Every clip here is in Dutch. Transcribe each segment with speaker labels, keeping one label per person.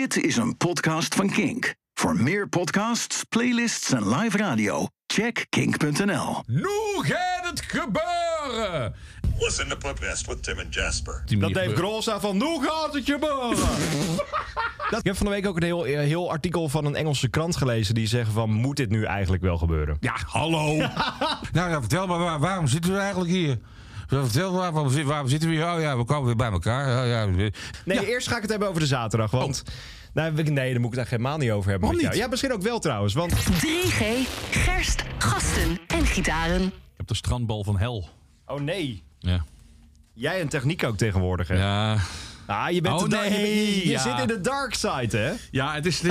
Speaker 1: Dit is een podcast van Kink. Voor meer podcasts, playlists en live radio, check kink.nl.
Speaker 2: Nu gaat het gebeuren!
Speaker 3: Listen to Podcast with Tim and Jasper.
Speaker 4: Dat Dave Grohl staat van, nu gaat het gebeuren! Ik heb van de week ook een heel artikel van een Engelse krant gelezen die zeggen van, moet dit nu eigenlijk wel gebeuren?
Speaker 2: Ja, hallo!
Speaker 5: Nou ja, vertel maar, waarom zitten we eigenlijk hier? Vertel maar, waarom zitten we hier? Oh ja, we komen weer bij elkaar.
Speaker 4: Eerst ga ik het hebben over de zaterdag, want... Nee, daar moet ik het eigenlijk helemaal niet over hebben.
Speaker 2: Waarom
Speaker 4: met jou.
Speaker 2: niet?
Speaker 4: Ja, misschien ook wel trouwens, want...
Speaker 6: 3G, gerst, gasten en gitaren.
Speaker 2: Ik heb de strandbal van hel.
Speaker 4: Oh nee,
Speaker 2: Ja.
Speaker 4: jij en techniek ook tegenwoordig, hè?
Speaker 2: Ja.
Speaker 4: Ah, je bent je
Speaker 2: ja.
Speaker 4: zit in de dark side, hè?
Speaker 2: Ja, het is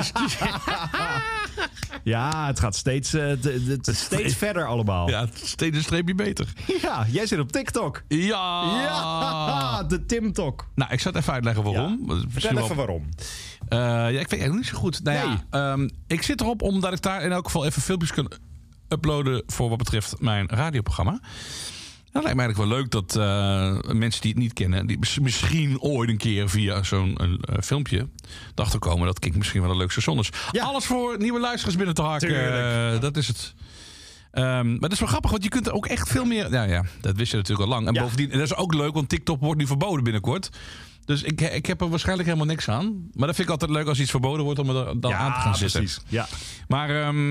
Speaker 4: Ja, het gaat steeds verder allemaal.
Speaker 2: ja, steeds een streepje beter.
Speaker 4: Ja, jij zit op TikTok.
Speaker 2: Ja.
Speaker 4: Ja, de TimTok.
Speaker 2: Nou, ik zal het even uitleggen waarom.
Speaker 4: Ja. Vertel even waarom.
Speaker 2: Ja, ik weet eigenlijk niet zo goed. Nou ja, ik zit erop omdat ik daar in elk geval even filmpjes kan uploaden voor wat betreft mijn radioprogramma. Dat lijkt me eigenlijk wel leuk dat mensen die het niet kennen, die misschien ooit een keer via zo'n filmpje erachter komen dat Kink misschien wel een leuk station is.
Speaker 4: Ja.
Speaker 2: Alles voor nieuwe luisteraars binnen te haken. Dat is het. Maar dat is wel grappig, want je kunt er ook echt veel meer... Ja, dat wist je natuurlijk al lang. En bovendien, en dat is ook leuk, want TikTok wordt nu verboden binnenkort. Dus ik heb er waarschijnlijk helemaal niks aan. Maar dat vind ik altijd leuk als iets verboden wordt om er dan aan te gaan zitten.
Speaker 4: Precies. Ja,
Speaker 2: Maar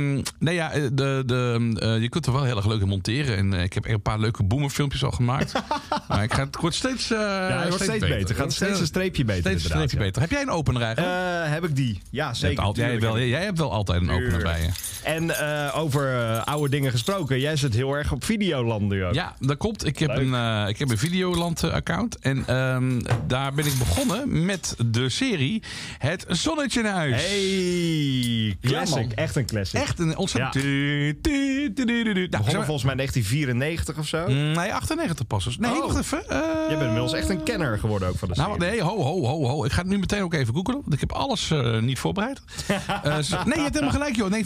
Speaker 2: je kunt er wel heel erg leuk in monteren. En ik heb een paar leuke boomerfilmpjes al gemaakt. Maar het wordt steeds
Speaker 4: het wordt steeds beter. Gaat steeds een streepje beter.
Speaker 2: Steeds een streepje beter. Heb jij een opener eigenlijk?
Speaker 4: Heb ik die? Ja, zeker.
Speaker 2: Jij hebt wel altijd een opener bij je.
Speaker 4: En over oude dingen gesproken. Jij zit heel erg op Videoland nu ook.
Speaker 2: Ja, dat klopt. Ik heb een Videoland-account. En daar ben ik begonnen met de serie Het Zonnetje in Huis.
Speaker 4: Hey, classic.
Speaker 2: Ja,
Speaker 4: echt een classic.
Speaker 2: Echt een ontzettend...
Speaker 4: Begonnen volgens mij 1994 of zo.
Speaker 2: Nee, 98 pas. Nee, wacht even.
Speaker 4: Je bent inmiddels echt een kenner geworden ook van de serie.
Speaker 2: Nou, nee, ho. Ik ga het nu meteen ook even googlen. Want ik heb alles niet voorbereid. Nee, je hebt helemaal gelijk, joh.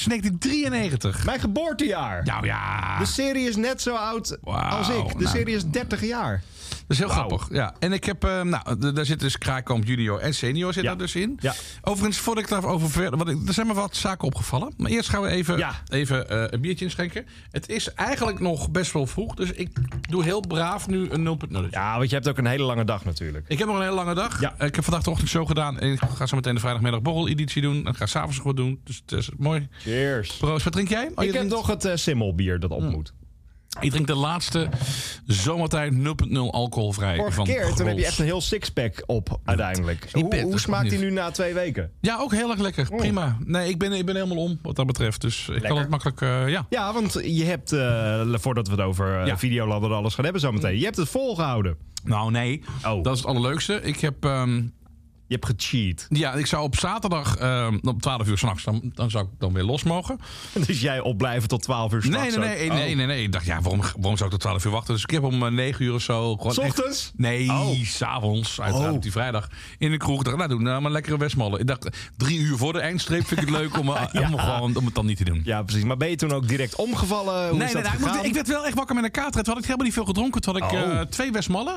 Speaker 2: 1993.
Speaker 4: Mijn geboortejaar.
Speaker 2: Nou ja.
Speaker 4: De serie is net zo oud als ik. De serie is 30 jaar.
Speaker 2: Dat is heel grappig. Ja. En ik heb, daar zit dus Kraaikamp junior en senior zit daar dus in.
Speaker 4: Ja.
Speaker 2: Overigens, voordat ik daarover verder, want er zijn me wat zaken opgevallen. Maar eerst gaan we even een biertje inschenken. Het is eigenlijk nog best wel vroeg, dus ik doe heel braaf nu een 0.0.
Speaker 4: Ja, want je hebt ook een hele lange dag natuurlijk.
Speaker 2: Ik heb nog een hele lange dag.
Speaker 4: Ja.
Speaker 2: Ik heb vandaag de ochtend zo gedaan en ik ga zo meteen de vrijdagmiddag borrel-editie doen. En ik ga s'avonds nog wat doen. Dus het is mooi.
Speaker 4: Cheers.
Speaker 2: Proost. Wat drink jij?
Speaker 4: Ik heb nog het simmelbier dat op moet.
Speaker 2: Ik drink de laatste zomertijd 0.0 alcoholvrij.
Speaker 4: Vorige keer, toen heb je echt een heel sixpack op uiteindelijk. Hoe smaakt die nu na 2 weken?
Speaker 2: Ja, ook heel erg lekker. Prima. Nee, ik ben helemaal om wat dat betreft. Dus ik kan het makkelijk,
Speaker 4: Ja, want je hebt, voordat we het over Videoland en alles gaan hebben zo meteen. Je hebt het volgehouden.
Speaker 2: Nou, nee. Dat is het allerleukste. Ik heb...
Speaker 4: Je hebt gecheat.
Speaker 2: Ja, ik zou op zaterdag om 12 uur 's nachts, dan zou ik dan weer los mogen.
Speaker 4: Dus jij opblijven tot 12 uur 's nachts?
Speaker 2: Nee. Ik dacht, ja, waarom zou ik tot 12 uur wachten? Dus ik heb om 9 uur of zo...
Speaker 4: 's ochtends?
Speaker 2: Nee, 's avonds. Uiteraard op die vrijdag. In de kroeg. Ik dacht, doen maar lekkere Westmallen. Ik dacht, 3 uur voor de eindstreep vind ik het leuk om het dan niet te doen.
Speaker 4: Ja, precies. Maar ben je toen ook direct omgevallen? Hoe is dat gegaan?
Speaker 2: Ik werd wel echt wakker met een kater. Toen had ik helemaal niet veel gedronken. Toen had ik 2 Westmallen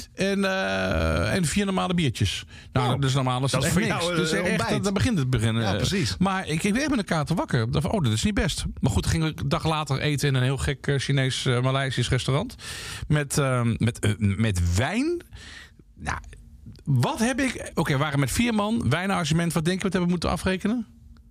Speaker 2: en 4 normale biertjes. Nou, dus normaal is dat echt
Speaker 4: voor
Speaker 2: niks.
Speaker 4: jou
Speaker 2: Dus echt, dan begint het beginnen.
Speaker 4: Ja, precies.
Speaker 2: Maar ik werd met een kater wakker. Ik dacht van, dat is niet best. Maar goed, ging ik een dag later eten in een heel gek Chinees-Maleisisch restaurant. Met wijn. Nou, wat heb ik... Oké, we waren met 4 man. Wijnarrangement, wat denk je wat hebben we moeten afrekenen?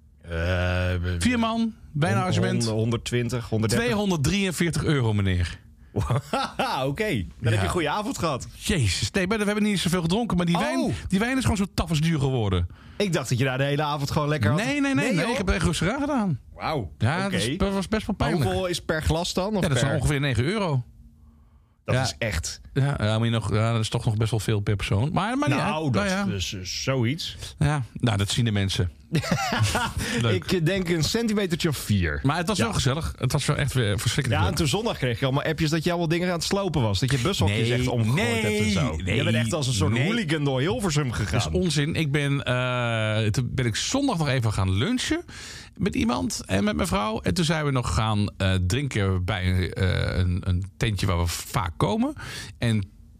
Speaker 2: 4 man, wijnarrangement.
Speaker 4: 120, 130.
Speaker 2: €243, meneer.
Speaker 4: Oké. Dan heb je een goede avond gehad.
Speaker 2: Jezus, nee, we hebben niet zoveel gedronken. Maar die wijn is gewoon zo tafelsduur geworden.
Speaker 4: Ik dacht dat je daar de hele avond gewoon lekker had.
Speaker 2: Nee. Ik heb er echt rustig aan gedaan.
Speaker 4: Wauw.
Speaker 2: Ja, dat was best wel pijnlijk.
Speaker 4: Hoeveel is per glas dan? Of
Speaker 2: dat is ongeveer €9.
Speaker 4: Dat is echt...
Speaker 2: dat is toch nog best wel veel per persoon. Maar
Speaker 4: dat is zoiets.
Speaker 2: Ja, dat zien de mensen.
Speaker 4: Ik denk een centimetertje of 4.
Speaker 2: Maar het was wel gezellig. Het was wel echt weer verschrikkelijk.
Speaker 4: Ja, en toen zondag kreeg je allemaal appjes dat je allemaal dingen aan het slopen was. Dat je bushokjes echt omgegooid hebt en zo. Je bent echt als een soort hooligan door Hilversum gegaan.
Speaker 2: Dat is onzin. Toen ben ik zondag nog even gaan lunchen met iemand en met mijn vrouw. En toen zijn we nog gaan drinken bij een tentje waar we vaak komen. En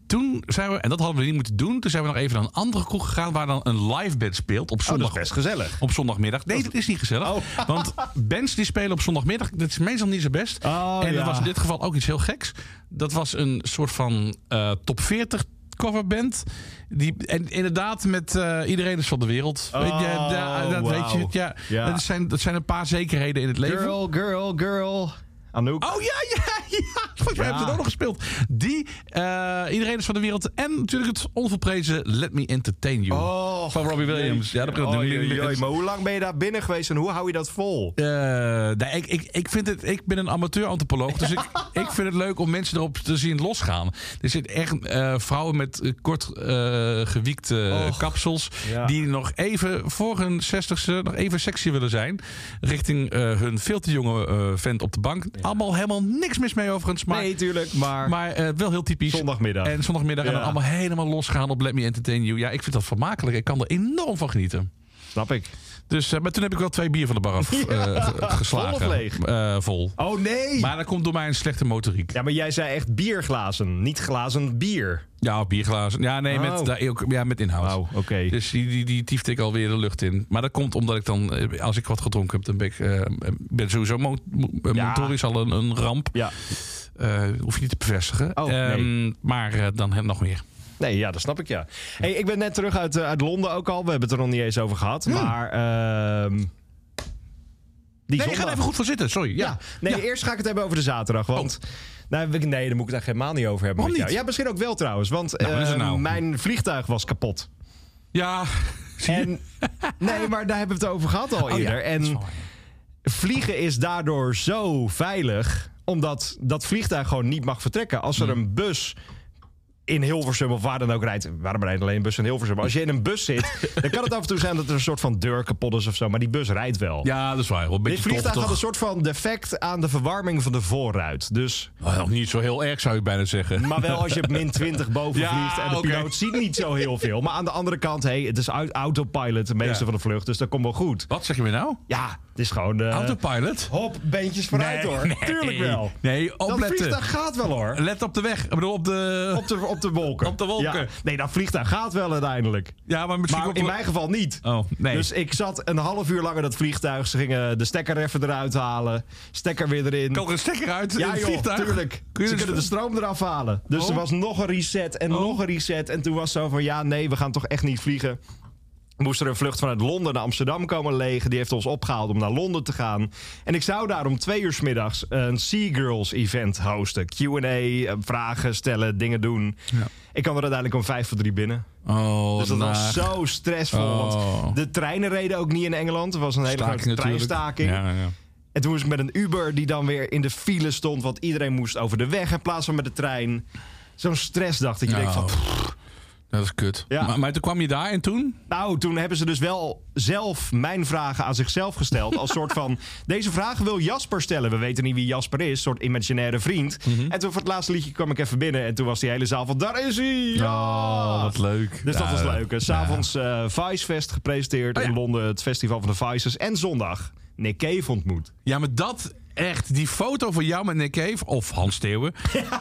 Speaker 2: toen zijn we, en dat hadden we niet moeten doen... toen zijn we nog even naar een andere kroeg gegaan... waar dan een live band speelt op zondag.
Speaker 4: dat is best gezellig.
Speaker 2: Op zondagmiddag. Nee, dat is niet gezellig. Want bands die spelen op zondagmiddag... dat is meestal niet zo best. En dat was in dit geval ook iets heel geks. Dat was een soort van top 40 coverband. En inderdaad met Iedereen is van de wereld. Weet je het? Ja. Dat zijn een paar zekerheden in het leven.
Speaker 4: Girl. Anouk.
Speaker 2: Oh ja. Volgens mij hebben ze het ook nog gespeeld. Die, Iedereen is van de wereld. En natuurlijk het onverprezen Let Me Entertain You. Van Robbie Williams. Ja,
Speaker 4: maar hoe lang ben je daar binnen geweest en hoe hou je dat vol?
Speaker 2: Ik ben een amateur-antropoloog. Dus ik vind het leuk om mensen erop te zien losgaan. Er zitten echt vrouwen met kort gewiekte kapsels. Ja. Die nog even voor hun 60ste nog even sexy willen zijn. Richting hun veel te jonge vent op de bank. Ja. Allemaal helemaal niks mis mee overigens.
Speaker 4: Nee, tuurlijk. Maar
Speaker 2: wel heel typisch.
Speaker 4: Zondagmiddag.
Speaker 2: En dan allemaal helemaal losgaan op Let Me Entertain You. Ja, ik vind dat vermakelijk. Ik kan er enorm van genieten.
Speaker 4: Snap ik.
Speaker 2: Dus, maar toen heb ik wel 2 bier van de bar af geslagen.
Speaker 4: Vol of leeg?
Speaker 2: Vol.
Speaker 4: Oh nee!
Speaker 2: Maar dat komt door mijn slechte motoriek.
Speaker 4: Ja, maar jij zei echt bierglazen. Niet glazen bier.
Speaker 2: Ja, bierglazen. Ja, nee, met inhoud.
Speaker 4: Oh, oké.
Speaker 2: Dus die tiefde ik alweer de lucht in. Maar dat komt omdat ik dan, als ik wat gedronken heb, dan ben sowieso motorisch al een ramp. Ja. Hoef je niet te bevestigen. Nee. Maar dan heb ik nog meer.
Speaker 4: Nee, ja, dat snap ik, ja. Hey, ik ben net terug uit Londen ook al. We hebben het er nog niet eens over gehad. Maar
Speaker 2: ik ga er even goed voor zitten, sorry. Ja.
Speaker 4: Eerst ga ik het hebben over de zaterdag. Want daar moet ik het echt helemaal niet over hebben.
Speaker 2: Waarom
Speaker 4: met jou. Ja, misschien ook wel trouwens. Want mijn vliegtuig was kapot.
Speaker 2: Ja.
Speaker 4: Nee, maar daar hebben we het over gehad al eerder. Ja, en vliegen is daardoor zo veilig... omdat dat vliegtuig gewoon niet mag vertrekken. Als er een bus... in Hilversum of waar dan ook rijdt. Waarom rijdt alleen een bus in Hilversum? Maar als je in een bus zit, dan kan het af en toe zijn dat er een soort van deur kapot is of zo. Maar die bus rijdt wel.
Speaker 2: Ja, dat is waar.
Speaker 4: Dit vliegtuig had een soort van defect aan de verwarming van de voorruit. Dus
Speaker 2: nog niet zo heel erg, zou je bijna zeggen.
Speaker 4: Maar wel als je op min 20 boven vliegt en de piloot ziet niet zo heel veel. Maar aan de andere kant, het is autopilot de meeste van de vlucht. Dus dat komt wel goed.
Speaker 2: Wat zeg je me nou?
Speaker 4: Ja, het is gewoon...
Speaker 2: autopilot?
Speaker 4: Hop, beentjes vooruit hoor. Nee, tuurlijk wel.
Speaker 2: Nee, opletten.
Speaker 4: Dat vliegtuig gaat wel hoor.
Speaker 2: Let op de weg. Ik bedoel op de
Speaker 4: wolken.
Speaker 2: Op de wolken.
Speaker 4: Ja. Nee, dat vliegtuig gaat wel uiteindelijk.
Speaker 2: Ja, maar
Speaker 4: in mijn geval niet.
Speaker 2: Oh, nee.
Speaker 4: Dus ik zat een half uur lang in dat vliegtuig. Ze gingen de stekker even eruit halen. Stekker weer erin.
Speaker 2: Kan er een stekker uit?
Speaker 4: Ja joh, tuurlijk. Ze kunnen de stroom eraf halen. Dus er was nog een reset en nog een reset. En toen was het zo van, we gaan toch echt niet vliegen. Moest er een vlucht vanuit Londen naar Amsterdam komen legen. Die heeft ons opgehaald om naar Londen te gaan. En ik zou daar om 2 uur 's middags een Seagirls event hosten. Q&A, vragen stellen, dingen doen. Ja. Ik kwam er uiteindelijk om 2:55 binnen. Dus dat was zo stressvol. Want de treinen reden ook niet in Engeland. Er was een hele grote treinstaking. Ja. En toen moest ik met een Uber die dan weer in de file stond. Want iedereen moest over de weg in plaats van met de trein. Zo'n stressdag dat je denkt van...
Speaker 2: Dat is kut. Ja. Maar toen kwam je daar en toen?
Speaker 4: Nou, toen hebben ze dus wel zelf mijn vragen aan zichzelf gesteld. Als soort van, deze vragen wil Jasper stellen. We weten niet wie Jasper is, een soort imaginaire vriend. En toen voor het laatste liedje kwam ik even binnen. En toen was die hele zaal van, daar is hij! Ja!
Speaker 2: Wat leuk.
Speaker 4: Dus dat was leuk. S'avonds Vice Fest gepresenteerd in Londen. Het festival van de Vices. En zondag Nick Cave ontmoet.
Speaker 2: Ja, maar dat... Echt, die foto van jou met Nick Cave, of Hans Steeuwen.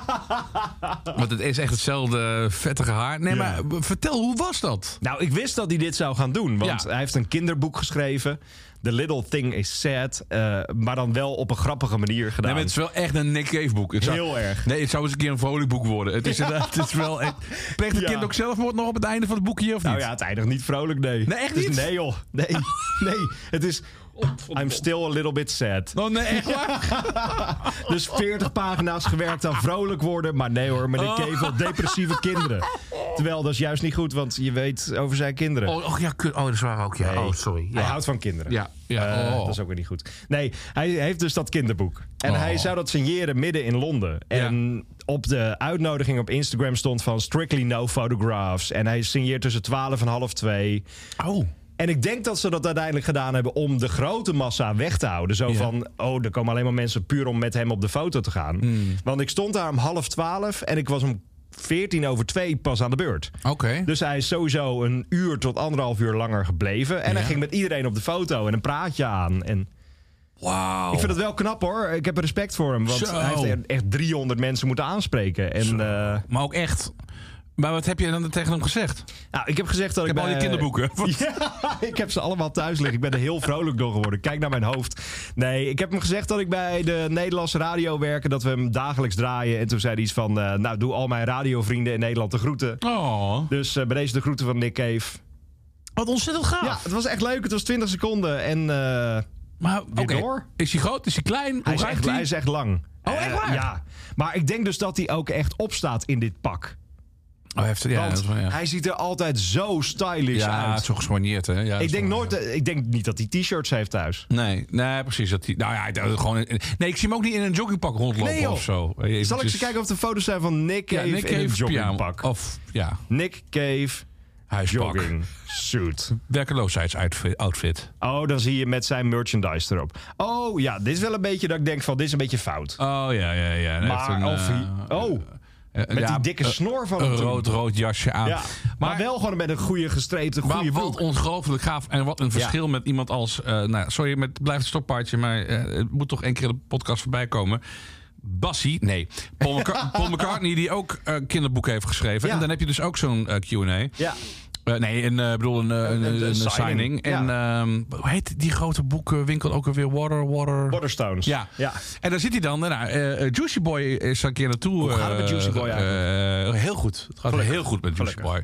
Speaker 2: Want het is echt hetzelfde vettige haar. Nee, maar vertel, hoe was dat?
Speaker 4: Nou, ik wist dat hij dit zou gaan doen. Want hij heeft een kinderboek geschreven. The Little Thing is Sad. Maar dan wel op een grappige manier gedaan.
Speaker 2: Nee, maar het is wel echt een Nick Cave boek.
Speaker 4: Heel erg.
Speaker 2: Nee, het zou eens een keer een vrolijk boek worden. Het is, het is wel echt... Pleegt het kind ook zelfmoord nog op het einde van het boekje, of niet?
Speaker 4: Nou ja, het eindigt niet vrolijk, nee.
Speaker 2: Nee, echt niet?
Speaker 4: Nee, joh. Nee. Het is... I'm still a little bit sad.
Speaker 2: Oh nee, echt waar?
Speaker 4: Dus 40 pagina's gewerkt aan vrolijk worden. Maar nee hoor, met Nick Cave wil depressieve kinderen. Terwijl dat is juist niet goed, want je weet over zijn kinderen.
Speaker 2: Dat is waar ook, ja.
Speaker 4: Nee,
Speaker 2: sorry.
Speaker 4: Hij houdt van kinderen.
Speaker 2: Ja.
Speaker 4: Dat is ook weer niet goed. Nee, hij heeft dus dat kinderboek. En hij zou dat signeren midden in Londen. En op de uitnodiging op Instagram stond van Strictly No Photographs. En hij signeert tussen 12 en half 2.
Speaker 2: Oh.
Speaker 4: En ik denk dat ze dat uiteindelijk gedaan hebben om de grote massa weg te houden. Zo van, er komen alleen maar mensen puur om met hem op de foto te gaan. Want ik stond daar om 11:30 en ik was om 2:14 pas aan de beurt.
Speaker 2: Okay.
Speaker 4: Dus hij is sowieso 1 uur tot 1,5 uur langer gebleven. En hij ging met iedereen op de foto en een praatje aan. En
Speaker 2: wauw.
Speaker 4: Ik vind het wel knap hoor. Ik heb respect voor hem. Want hij heeft echt 300 mensen moeten aanspreken. En,
Speaker 2: maar ook echt... Maar wat heb je dan tegen hem gezegd?
Speaker 4: Nou, ik heb gezegd dat ik
Speaker 2: heb al die kinderboeken.
Speaker 4: Ja, ik heb ze allemaal thuis liggen. Ik ben er heel vrolijk door geworden. Kijk naar mijn hoofd. Nee, ik heb hem gezegd dat ik bij de Nederlandse radio werk. Dat we hem dagelijks draaien. En toen zei hij iets van... nou, doe al mijn radiovrienden in Nederland de groeten.
Speaker 2: Oh.
Speaker 4: Dus bij deze de groeten van Nick Cave.
Speaker 2: Wat ontzettend gaaf.
Speaker 4: Ja, het was echt leuk. Het was 20 seconden. En
Speaker 2: maar
Speaker 4: weer door.
Speaker 2: Is hij groot? Is hij klein?
Speaker 4: Hij is echt lang.
Speaker 2: Oh, echt waar?
Speaker 4: Ja. Maar ik denk dus dat hij ook echt opstaat in dit pak.
Speaker 2: Oh, heftig. Ja,
Speaker 4: Want hij ziet er altijd zo stylish uit.
Speaker 2: Ja, het is zo gesmoigneerd, hè? Ja,
Speaker 4: ik denk niet dat hij t-shirts heeft thuis.
Speaker 2: Nee, precies. Dat hij, nou ja, gewoon. Nee, ik zie hem ook niet in een joggingpak rondlopen of zo.
Speaker 4: Zal ik eens kijken of er foto's zijn van Nick Cave in een joggingpak?
Speaker 2: Of ja.
Speaker 4: Nick Cave jogging suit.
Speaker 2: Werkeloosheidsoutfit.
Speaker 4: Oh, dan zie je met zijn merchandise erop. Oh ja, dit is wel een beetje dat ik denk van dit is een beetje fout.
Speaker 2: Oh ja.
Speaker 4: Maar met die dikke snor van hem.
Speaker 2: Een rood jasje aan.
Speaker 4: Ja, maar wel gewoon met een goede gestreepte, goede broek.
Speaker 2: Wat ongelooflijk gaaf. En wat een verschil met iemand als... sorry, blijft het stoppaardje, maar het moet toch één keer de podcast voorbij komen. Bassie, nee. Paul McCartney, die ook kinderboeken heeft geschreven. Ja. En dan heb je dus ook zo'n Q&A. Ja. Een signing.
Speaker 4: Ja.
Speaker 2: En hoe heet die grote boekenwinkel ook alweer?
Speaker 4: Waterstones.
Speaker 2: Ja. En daar zit hij dan. Juicy Boy is een keer naartoe.
Speaker 4: Hoe gaat het met Juicy Boy eigenlijk?
Speaker 2: Heel goed. Het gaat heel goed met Juicy Boy.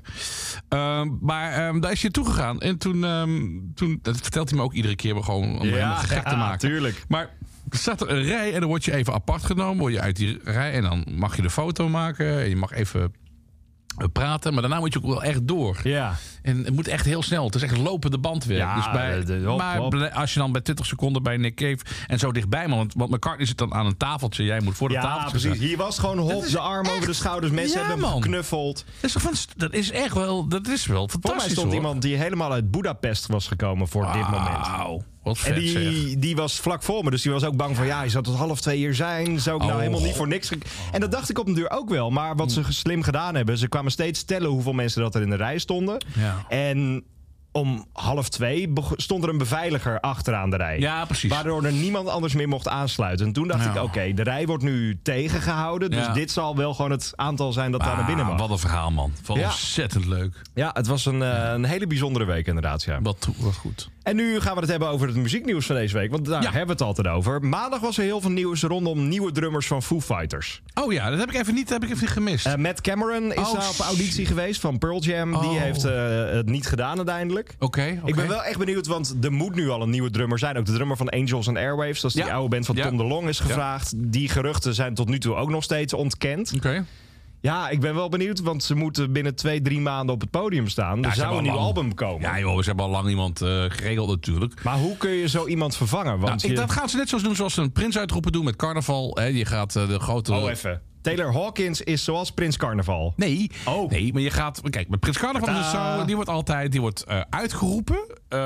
Speaker 2: Maar daar is hij naartoe gegaan. En toen dat vertelt hij me ook iedere keer. Maar gewoon om hem gek te maken.
Speaker 4: Tuurlijk.
Speaker 2: Maar er staat er een rij en dan word je even apart genomen. Word je uit die rij en dan mag je de foto maken. En je mag even praten, maar daarna moet je ook wel echt door.
Speaker 4: Ja.
Speaker 2: En het moet echt heel snel. Het is echt lopende bandwerk.
Speaker 4: Ja,
Speaker 2: dus als je dan bij 20 seconden bij Nick Cave en zo dichtbij, want McCartney zit dan aan een tafeltje. Jij moet voor de tafeltje
Speaker 4: precies.
Speaker 2: staan.
Speaker 4: Hier was gewoon hop, de arm over de schouders. Mensen hebben hem geknuffeld.
Speaker 2: Dat is echt wel, dat is wel fantastisch.
Speaker 4: Voor mij stond iemand die helemaal uit Budapest was gekomen voor dit moment.
Speaker 2: Wat vet,
Speaker 4: en die was vlak voor me, dus die was ook bang van... hij zou tot 1:30 hier zijn, zou ik nou helemaal niet voor niks... En dat dacht ik op een duur ook wel. Maar wat ze slim gedaan hebben... ze kwamen steeds tellen hoeveel mensen dat er in de rij stonden. Ja. En om 1:30 stond er een beveiliger achteraan de rij.
Speaker 2: Ja, precies.
Speaker 4: Waardoor er niemand anders meer mocht aansluiten. En toen dacht ik, oké, de rij wordt nu tegengehouden. Dus dit zal wel gewoon het aantal zijn dat daar naar binnen mag.
Speaker 2: Wat een verhaal, man. Wat ontzettend leuk.
Speaker 4: Ja, het was een hele bijzondere week inderdaad. Ja.
Speaker 2: Wat goed.
Speaker 4: En nu gaan we het hebben over het muzieknieuws van deze week. Want daar hebben we het altijd over. Maandag was er heel veel nieuws rondom nieuwe drummers van Foo Fighters.
Speaker 2: Oh ja, dat heb ik even niet gemist.
Speaker 4: Matt Cameron is daar op auditie geweest van Pearl Jam. Die heeft het niet gedaan uiteindelijk.
Speaker 2: Oké.
Speaker 4: Ik ben wel echt benieuwd, want er moet nu al een nieuwe drummer zijn. Ook de drummer van Angels and Airwaves, dat is die oude band van Tom DeLonge, is gevraagd. Die geruchten zijn tot nu toe ook nog steeds ontkend.
Speaker 2: Oké.
Speaker 4: Ja, ik ben wel benieuwd, want ze moeten binnen 2-3 maanden op het podium staan. Er zou een nieuw album komen.
Speaker 2: Ja joh, ze hebben al lang iemand geregeld natuurlijk.
Speaker 4: Maar hoe kun je zo iemand vervangen? Want
Speaker 2: dat gaan ze net zoals doen zoals ze een Prins uitroepen doen met carnaval. Je gaat de grote...
Speaker 4: Oh, even. Taylor Hawkins is zoals Prins Carnaval.
Speaker 2: Nee, maar je gaat... Kijk, met Prins Carnaval is het zo... Die wordt uitgeroepen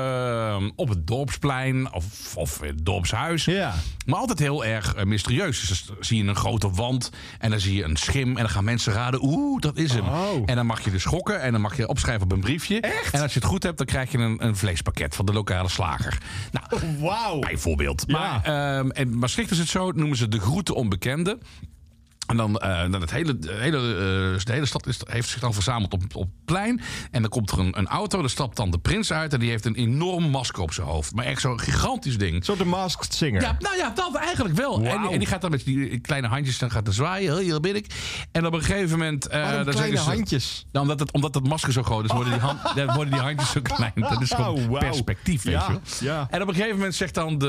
Speaker 2: op het dorpsplein of het dorpshuis.
Speaker 4: Ja.
Speaker 2: Maar altijd heel erg mysterieus. Dus dan zie je een grote wand en dan zie je een schim... en dan gaan mensen raden, dat is hem.
Speaker 4: Oh.
Speaker 2: En dan mag je dus schokken en dan mag je opschrijven op een briefje.
Speaker 4: Echt?
Speaker 2: En als je het goed hebt, dan krijg je een vleespakket van de lokale slager. Nou,
Speaker 4: wauw.
Speaker 2: Bijvoorbeeld.
Speaker 4: Ja.
Speaker 2: Maar in Maastricht is het zo, noemen ze de groeten onbekende. En dan de hele stad heeft zich dan verzameld op het plein. En dan komt er een auto, daar stapt dan de prins uit... en die heeft een enorm masker op zijn hoofd. Maar echt zo'n gigantisch ding.
Speaker 4: Een soort de Masked Singer.
Speaker 2: Ja, nou ja, dat eigenlijk wel.
Speaker 4: Wow.
Speaker 2: En die gaat dan met die kleine handjes dan gaat zwaaien. Hier ben ik. En op een gegeven moment...
Speaker 4: kleine handjes?
Speaker 2: Omdat het masker zo groot is, worden die handjes zo klein. Dat is gewoon perspectief, weet je wel.
Speaker 4: Ja.
Speaker 2: En op een gegeven moment zegt dan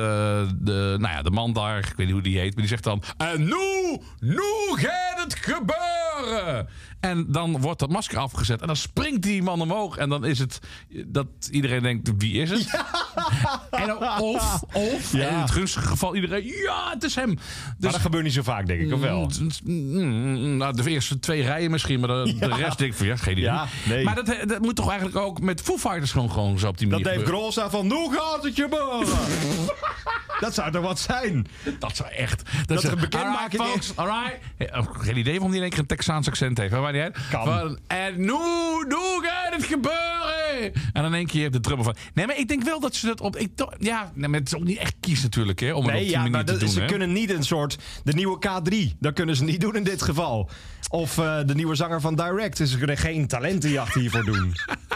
Speaker 2: de man daar... ik weet niet hoe die heet, maar die zegt dan... En nu gaat het gebeuren! En dan wordt dat masker afgezet. En dan springt die man omhoog. En dan is het dat iedereen denkt, wie is het? Ja. En in het gunstige geval iedereen, ja, het is hem. Dus,
Speaker 4: maar dat gebeurt niet zo vaak, denk ik, of wel?
Speaker 2: Nou, de eerste 2 rijen misschien. Maar de rest denk ik van, geen idee.
Speaker 4: Ja, nee.
Speaker 2: Maar dat moet toch eigenlijk ook met Foo Fighters gewoon zo op die manier.
Speaker 4: Dat Dave Grohl staat van, nu gaat het gebeuren! Dat zou toch wat zijn?
Speaker 2: Dat zou echt...
Speaker 4: Dat is een bekendmaking.
Speaker 2: Alright. Geen idee waarom die in één keer een Texaans accent heeft. Maar niet uit.
Speaker 4: Kan.
Speaker 2: En nu gaat het gebeuren. hey. En dan één keer de drummer van... Nee, maar ik denk wel dat ze dat op... maar het is ook niet echt kies natuurlijk, hè, om het op die manier te doen.
Speaker 4: Ze kunnen niet een soort... De nieuwe K3, dat kunnen ze niet doen in dit geval. Of de nieuwe zanger van Direct. Dus ze kunnen geen talentenjacht hiervoor doen.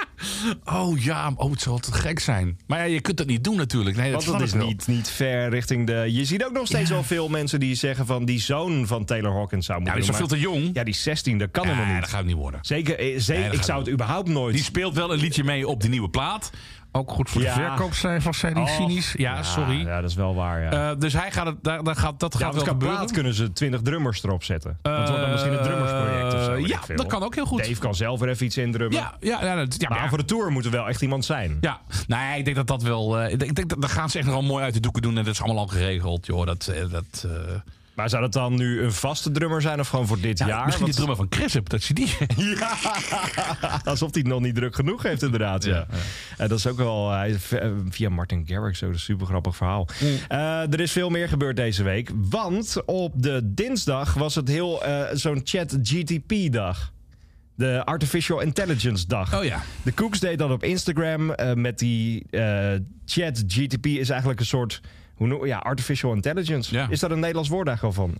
Speaker 2: Het zal te gek zijn. Maar ja, je kunt dat niet doen natuurlijk. Nee,
Speaker 4: want dat is niet ver richting de... Je ziet ook nog steeds wel veel mensen die zeggen van... die zoon van Taylor Hawkins zou moeten
Speaker 2: doen. Ja, die is veel te jong.
Speaker 4: Ja, die 16, dat kan helemaal niet.
Speaker 2: Dat gaat het niet worden.
Speaker 4: Zeker, ik zou het überhaupt nooit...
Speaker 2: Die speelt wel een liedje mee op de nieuwe plaat. Ook goed voor de verkoopcijfers, zei die cynisch. Ja, sorry.
Speaker 4: Ja, dat is wel waar, ja.
Speaker 2: Dus hij gaat het, dat gaat wel gebeuren.
Speaker 4: Plaat kunnen ze 20 drummers erop zetten. Dat wordt dan misschien een drummersproject of zo.
Speaker 2: Ja, dat kan ook heel goed.
Speaker 4: Dave kan zelf er even iets indrummen. Maar voor de tour moet er wel echt iemand zijn.
Speaker 2: Ja, nee, ik denk dat wel... ik denk dat gaan ze echt nog wel mooi uit de doeken doen. En dat is allemaal al geregeld, joh.
Speaker 4: Maar zou dat dan nu een vaste drummer zijn of gewoon voor dit jaar?
Speaker 2: Misschien die drummer van Crisp, dat je die...
Speaker 4: Ja, alsof hij het nog niet druk genoeg heeft inderdaad. Ja. Dat is ook wel via Martin Garrix, zo een super grappig verhaal. Er is veel meer gebeurd deze week. Want op de dinsdag was het heel zo'n ChatGPT-dag. De Artificial Intelligence dag.
Speaker 2: Oh ja.
Speaker 4: De Cooks deed dat op Instagram met die ChatGPT is eigenlijk een soort... Artificial Intelligence. Ja. Is dat een Nederlands woord daar gewoon van?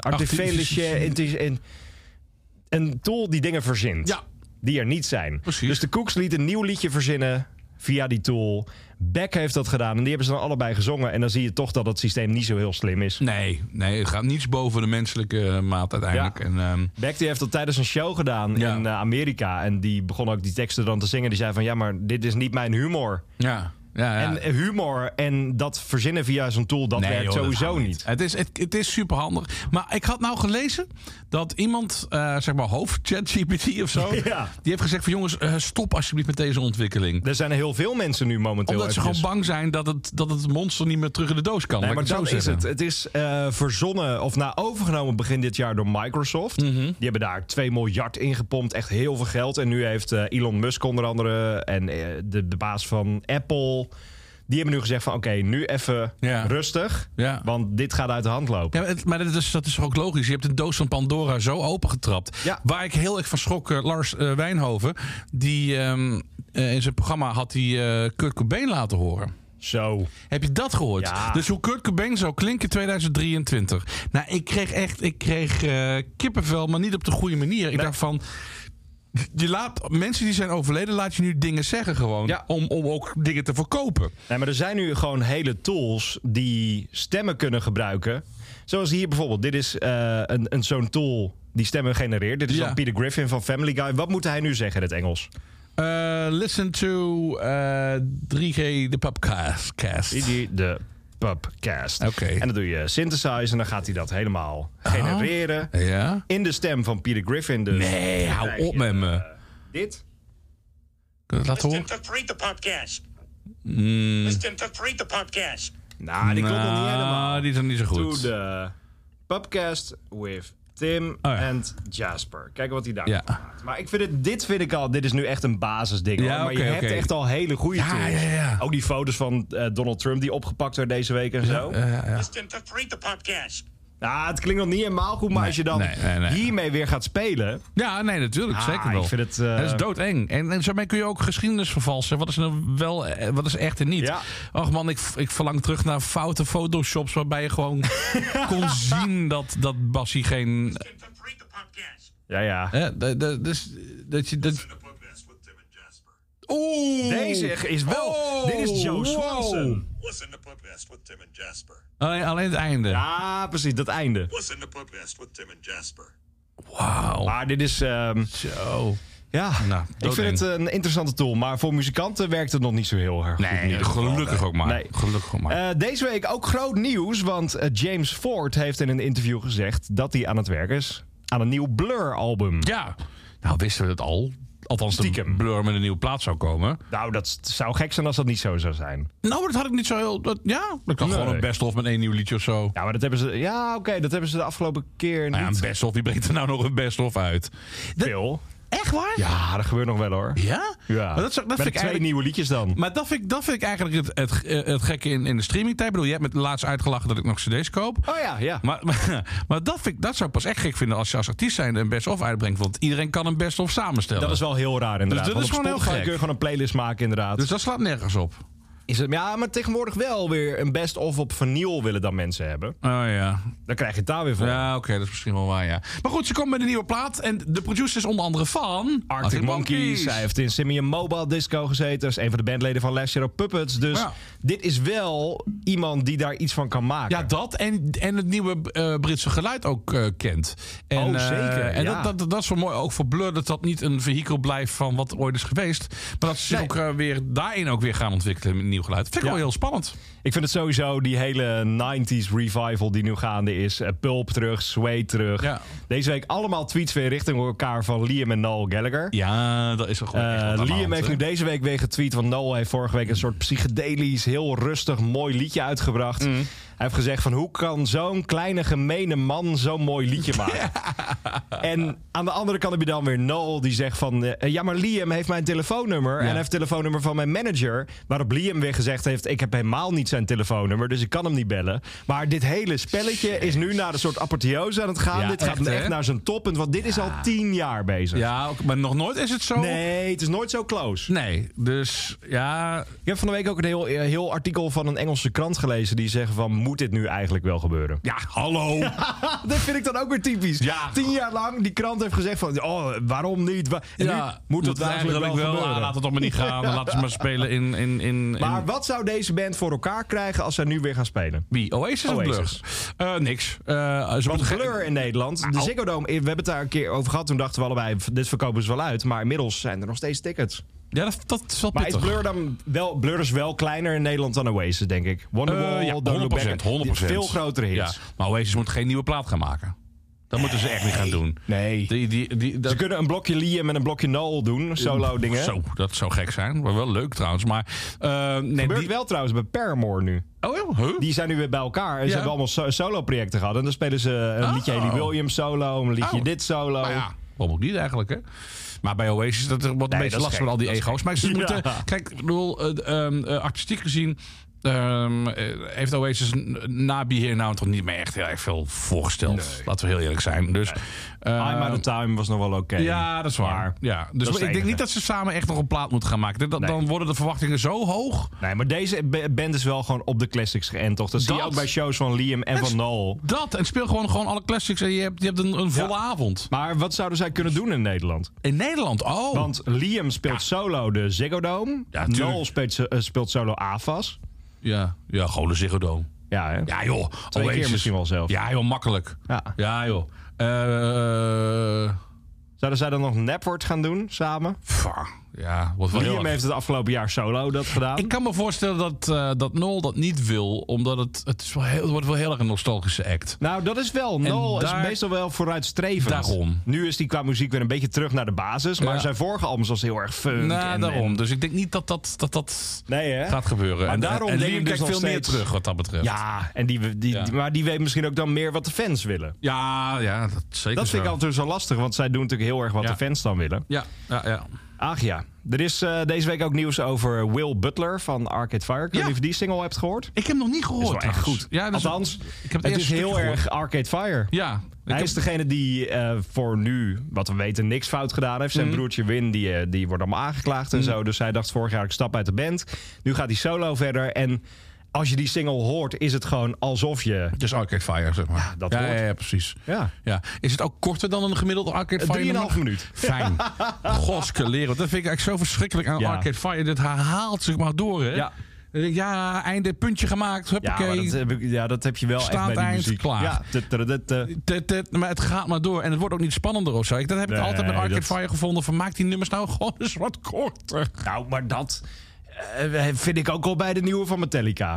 Speaker 4: Een tool die dingen verzint. Ja. Die er niet zijn. Precies. Dus de Cooks liet een nieuw liedje verzinnen via die tool. Beck heeft dat gedaan en die hebben ze dan allebei gezongen. En dan zie je toch dat het systeem niet zo heel slim is.
Speaker 2: Nee, het gaat niets boven de menselijke maat uiteindelijk.
Speaker 4: Ja. En, Beck die heeft dat tijdens een show gedaan in Amerika. En die begon ook die teksten dan te zingen. Die zei van, maar dit is niet mijn humor.
Speaker 2: Ja. Ja.
Speaker 4: En humor en dat verzinnen via zo'n tool, dat werkt sowieso niet.
Speaker 2: Het is super handig. Maar ik had nou gelezen dat iemand, hoofd ChatGPT of zo... Ja. Die heeft gezegd van jongens, stop alsjeblieft met deze ontwikkeling.
Speaker 4: Er zijn heel veel mensen nu momenteel...
Speaker 2: Omdat ze gewoon bang zijn dat het monster niet meer terug in de doos kan.
Speaker 4: Nee, maar dat is het. Het is verzonnen of overgenomen begin dit jaar door Microsoft. Mm-hmm. Die hebben daar 2 miljard in gepompt. Echt heel veel geld. En nu heeft Elon Musk onder andere en de baas van Apple... Die hebben nu gezegd van oké, nu even rustig. Ja. Want dit gaat uit de hand lopen.
Speaker 2: Ja, maar dat is ook logisch. Je hebt de doos van Pandora zo opengetrapt. Ja. Waar ik heel erg van schrok, Lars Wijnhoven. Die in zijn programma had hij Kurt Cobain laten horen.
Speaker 4: Zo.
Speaker 2: Heb je dat gehoord?
Speaker 4: Ja.
Speaker 2: Dus hoe Kurt Cobain zou klinken in 2023. Nou, ik kreeg kippenvel, maar niet op de goede manier. Ik dacht van... Je laat mensen die zijn overleden, laat je nu dingen zeggen gewoon. Ja. Om ook dingen te verkopen.
Speaker 4: Nee, maar er zijn nu gewoon hele tools die stemmen kunnen gebruiken. Zoals hier bijvoorbeeld. Dit is zo'n tool die stemmen genereert. Dit is dan Peter Griffin van Family Guy. Wat moet hij nu zeggen in het Engels?
Speaker 2: Listen to 3G de Pubcast.
Speaker 4: De Pubcast.
Speaker 2: Okay.
Speaker 4: En dan doe je synthesize en dan gaat hij dat helemaal genereren.
Speaker 2: Ja.
Speaker 4: In de stem van Peter Griffin. Dus
Speaker 2: nee, hou op met me.
Speaker 4: Dit.
Speaker 2: Kun je het laten horen?
Speaker 3: Listen to the podcast. Listen to the podcast.
Speaker 4: Nou, die klopt nog niet helemaal.
Speaker 2: Die is nog niet zo goed.
Speaker 4: To the Pubcast with Tim en Jasper. Kijken wat hij daar maakt. Maar dit vind ik dit is nu echt een basisding.
Speaker 2: Ja,
Speaker 4: maar je hebt echt al hele goede tools. Ja. Ook die foto's van Donald Trump die opgepakt werden deze week en zo.
Speaker 3: Listen to the podcast.
Speaker 4: Nou, het klinkt nog niet helemaal goed, maar als je dan hiermee weer gaat spelen...
Speaker 2: Ja, nee, natuurlijk. Zeker wel.
Speaker 4: Ik vind het...
Speaker 2: Dat is doodeng. En zo kun je ook geschiedenis vervalsen. Wat is nou wel, wat is echt en niet? Ja. Och man, ik verlang terug naar foute photoshops... waarbij je gewoon kon zien dat Bassie geen...
Speaker 4: Ja.
Speaker 2: Dus dat je...
Speaker 3: Oeh!
Speaker 4: Deze is wel... dit is Joe Swanson.
Speaker 3: Listen to Pubcast with Tim and Jasper.
Speaker 2: Alleen het einde.
Speaker 4: Ja, precies, dat einde.
Speaker 3: Listen to Pubcast with Tim and Jasper.
Speaker 2: Wauw.
Speaker 4: Maar dit is...
Speaker 2: Zo.
Speaker 4: Ja, ik vind het een interessante tool. Maar voor muzikanten werkt het nog niet zo heel erg goed.
Speaker 2: Nee, gelukkig ook maar. Nee. Gelukkig ook maar.
Speaker 4: Deze week ook groot nieuws. Want James Ford heeft in een interview gezegd... dat hij aan het werk is aan een nieuw Blur-album.
Speaker 2: Ja, nou wisten we het al. Althans, de Blur met een nieuwe plaat zou komen.
Speaker 4: Nou, dat zou gek zijn als dat niet zo zou zijn.
Speaker 2: Nou, dat had ik niet zo heel... Dat kan gewoon een best-of met 1 nieuw liedje of zo.
Speaker 4: Ja, maar dat hebben ze... Ja, oké, dat hebben ze de afgelopen keer niet...
Speaker 2: een best-of, wie brengt er nou nog een best-of uit?
Speaker 4: Veel.
Speaker 2: Echt waar?
Speaker 4: Ja, dat gebeurt nog wel hoor.
Speaker 2: Ja?
Speaker 4: Ja.
Speaker 2: Maar dat vind ik
Speaker 4: twee
Speaker 2: eigenlijk
Speaker 4: nieuwe liedjes dan.
Speaker 2: Maar dat vind ik eigenlijk het gekke in de streamingtijd. Ik bedoel, je hebt me laatst uitgelachen dat ik nog cd's koop.
Speaker 4: Oh ja.
Speaker 2: Maar dat zou ik pas echt gek vinden als je als artiest zijnde een best-of uitbrengt. Want iedereen kan een best-of samenstellen.
Speaker 4: Dat is wel heel raar inderdaad.
Speaker 2: Dus dat is
Speaker 4: Want op
Speaker 2: gewoon heel
Speaker 4: Spotify
Speaker 2: gek.
Speaker 4: kun je gewoon een playlist maken inderdaad.
Speaker 2: Dus dat slaat nergens op.
Speaker 4: Ja, maar tegenwoordig wel weer een best-of op vinyl willen dan mensen hebben.
Speaker 2: Oh ja.
Speaker 4: Dan krijg je het daar weer voor.
Speaker 2: Ja, oké, dat is misschien wel waar, ja. Maar goed, ze komen met een nieuwe plaat. En de producer is onder andere van...
Speaker 4: Arctic Monkeys. Hij heeft in Simian Mobile Disco gezeten. Dat is een van de bandleden van Last Shadow Puppets. Dus dit is wel iemand die daar iets van kan maken.
Speaker 2: Ja, dat en het nieuwe Britse geluid ook kent. En,
Speaker 4: zeker.
Speaker 2: En
Speaker 4: ja.
Speaker 2: dat is wel mooi, ook voor Blur, dat niet een vehikel blijft van wat ooit is geweest. Maar dat ze zich ook weer daarin ook weer gaan ontwikkelen met nieuw geluid. Vind ik wel heel spannend.
Speaker 4: Ik vind het sowieso die hele 90s revival die nu gaande is. Pulp terug, Sway terug.
Speaker 2: Ja.
Speaker 4: Deze week allemaal tweets weer richting elkaar van Liam en Noel Gallagher.
Speaker 2: Ja, dat is wel gewoon
Speaker 4: Liam heeft nu deze week weer getweet. Want Noel heeft vorige week een soort psychedelisch, heel rustig, mooi liedje uitgebracht. Hij heeft gezegd van hoe kan zo'n kleine gemene man zo'n mooi liedje maken? En aan de andere kant heb je dan weer Noel die zegt van... ja, maar Liam heeft mijn telefoonnummer. En hij heeft het telefoonnummer van mijn manager. Waarop Liam weer gezegd heeft... ik heb helemaal niet zijn telefoonnummer, dus ik kan hem niet bellen. Maar dit hele spelletje is nu naar een soort apotheose aan het gaan.
Speaker 2: Ja,
Speaker 4: dit gaat echt naar zijn toppunt, want dit is al 10 jaar bezig.
Speaker 2: Ja, maar nog nooit is het zo...
Speaker 4: Nee, het is nooit zo close.
Speaker 2: Nee, dus ja...
Speaker 4: Ik heb van de week ook een heel artikel van een Engelse krant gelezen... die zeggen van, moet dit nu eigenlijk wel gebeuren?
Speaker 2: Ja, hallo.
Speaker 4: Dat vind ik dan ook weer typisch.
Speaker 2: Ja.
Speaker 4: 10 jaar lang, die krant heeft gezegd van... oh, waarom niet? En nu moet het eigenlijk wel gebeuren.
Speaker 2: Laat het toch maar niet gaan. Dan laten ze maar spelen in...
Speaker 4: Maar wat zou deze band voor elkaar krijgen als zij nu weer gaan spelen?
Speaker 2: Wie? Oasis of
Speaker 4: Oasis.
Speaker 2: Blur? Niks.
Speaker 4: Want Blur in Nederland, de Ziggo Dome... we hebben het daar een keer over gehad. Toen dachten we allebei, dit verkopen ze wel uit. Maar inmiddels zijn er nog steeds tickets.
Speaker 2: Ja, dat is wel
Speaker 4: Maar
Speaker 2: pittig.
Speaker 4: is Blur dan wel... Blur is wel kleiner in Nederland dan Oasis, denk ik. Wonderwall,
Speaker 2: Ja,
Speaker 4: Don't Look Back.
Speaker 2: 100%.
Speaker 4: Veel grotere hits.
Speaker 2: Ja, maar Oasis moet geen nieuwe plaat gaan maken. Dat moeten ze echt niet gaan doen.
Speaker 4: Nee. Ze kunnen een blokje Liam en een blokje Noel doen. Solo dingen.
Speaker 2: Zo, dat zou gek zijn. Maar wel leuk trouwens. Maar
Speaker 4: gebeurt wel trouwens bij Paramore nu.
Speaker 2: Oh ja? Huh?
Speaker 4: Die zijn nu weer bij elkaar. En ze hebben allemaal solo-projecten gehad. En dan spelen ze een liedje Haley Williams solo. Een liedje dit solo.
Speaker 2: Nou ja, waarom ook niet eigenlijk, hè? Maar bij Oasis dat er wordt een beetje lastig met al die ego's. Maar ze moeten... Kijk, ik bedoel, artistiek gezien... heeft Oasis na Be Here Now toch niet meer echt heel erg veel voorgesteld. Nee. Laten we heel eerlijk zijn. Dus,
Speaker 4: I'm Out of Time was nog wel oké.
Speaker 2: Ja, dat is waar. Ja, dus ik denk niet dat ze samen echt nog een plaat moeten gaan maken. Dan worden de verwachtingen zo hoog.
Speaker 4: Nee, maar deze band is wel gewoon op de classics geënt, toch? Dat zie je ook bij shows van Liam en van Noel.
Speaker 2: En speel gewoon alle classics en je hebt een volle avond.
Speaker 4: Maar wat zouden zij kunnen doen in Nederland?
Speaker 2: In Nederland? Oh.
Speaker 4: Want Liam speelt solo de Ziggo Dome.
Speaker 2: Ja,
Speaker 4: Noel speelt solo AFAS.
Speaker 2: Ja, gewoon de Ziggo Dome.
Speaker 4: Ja, hè?
Speaker 2: Ja, joh.
Speaker 4: 2 keer misschien wel zelf.
Speaker 2: Ja, joh, makkelijk. Ja joh.
Speaker 4: Zouden zij dan nog Napword gaan doen, samen?
Speaker 2: Ja, wordt wel
Speaker 4: Liam heeft het afgelopen jaar solo dat gedaan.
Speaker 2: Ik kan me voorstellen dat Noel dat niet wil, omdat het wordt wel heel erg een nostalgische act.
Speaker 4: Nou, dat is wel. Noel is meestal wel vooruitstrevend.
Speaker 2: Daarom.
Speaker 4: Nu is hij qua muziek weer een beetje terug naar de basis. Maar zijn vorige albums was heel erg funk.
Speaker 2: Nou, daarom. Dus ik denk niet dat gaat gebeuren.
Speaker 4: Maar daarom
Speaker 2: en
Speaker 4: denk
Speaker 2: Liam
Speaker 4: ik
Speaker 2: kijkt
Speaker 4: dus
Speaker 2: veel
Speaker 4: nog
Speaker 2: meer
Speaker 4: steeds
Speaker 2: terug wat dat betreft.
Speaker 4: Ja, en maar die weet misschien ook dan meer wat de fans willen.
Speaker 2: Ja, dat zeker.
Speaker 4: Dat vind ik altijd zo lastig, want zij doen natuurlijk heel erg wat de fans dan willen.
Speaker 2: Ja.
Speaker 4: Ach ja. Er is deze week ook nieuws over Will Butler van Arcade Fire. Ik weet niet of je die single hebt gehoord.
Speaker 2: Ik heb hem nog niet gehoord.
Speaker 4: Dat is wel echt goed.
Speaker 2: Ja,
Speaker 4: althans,
Speaker 2: ik heb
Speaker 4: het is heel erg Arcade Fire.
Speaker 2: Ja.
Speaker 4: Hij is degene die voor nu, wat we weten, niks fout gedaan heeft. Zijn broertje Win, die wordt allemaal aangeklaagd en zo. Dus hij dacht vorig jaar, ik stap uit de band. Nu gaat hij solo verder en... Als je die single hoort, is het gewoon alsof je...
Speaker 2: Dus Arcade Fire, zeg maar.
Speaker 4: Ja, dat hoort.
Speaker 2: Ja, precies.
Speaker 4: Ja.
Speaker 2: Is het ook korter dan een gemiddelde Arcade Fire?
Speaker 4: 3,5 minuut.
Speaker 2: Fijn. Godskeleren. Dat vind ik eigenlijk zo verschrikkelijk aan Arcade Fire. Dit herhaalt zich maar door, hè?
Speaker 4: Ja.
Speaker 2: Ja, einde, puntje gemaakt. Huppakee.
Speaker 4: Dat heb je wel
Speaker 2: Staat
Speaker 4: echt bij die
Speaker 2: eind,
Speaker 4: muziek.
Speaker 2: klaar.
Speaker 4: Ja.
Speaker 2: Maar het gaat maar door. En het wordt ook niet spannender of zo. Dat heb ik altijd met Arcade Fire gevonden. Van maak die nummers nou gewoon eens wat korter.
Speaker 4: Nou, maar dat vind ik ook al bij de nieuwe van Metallica.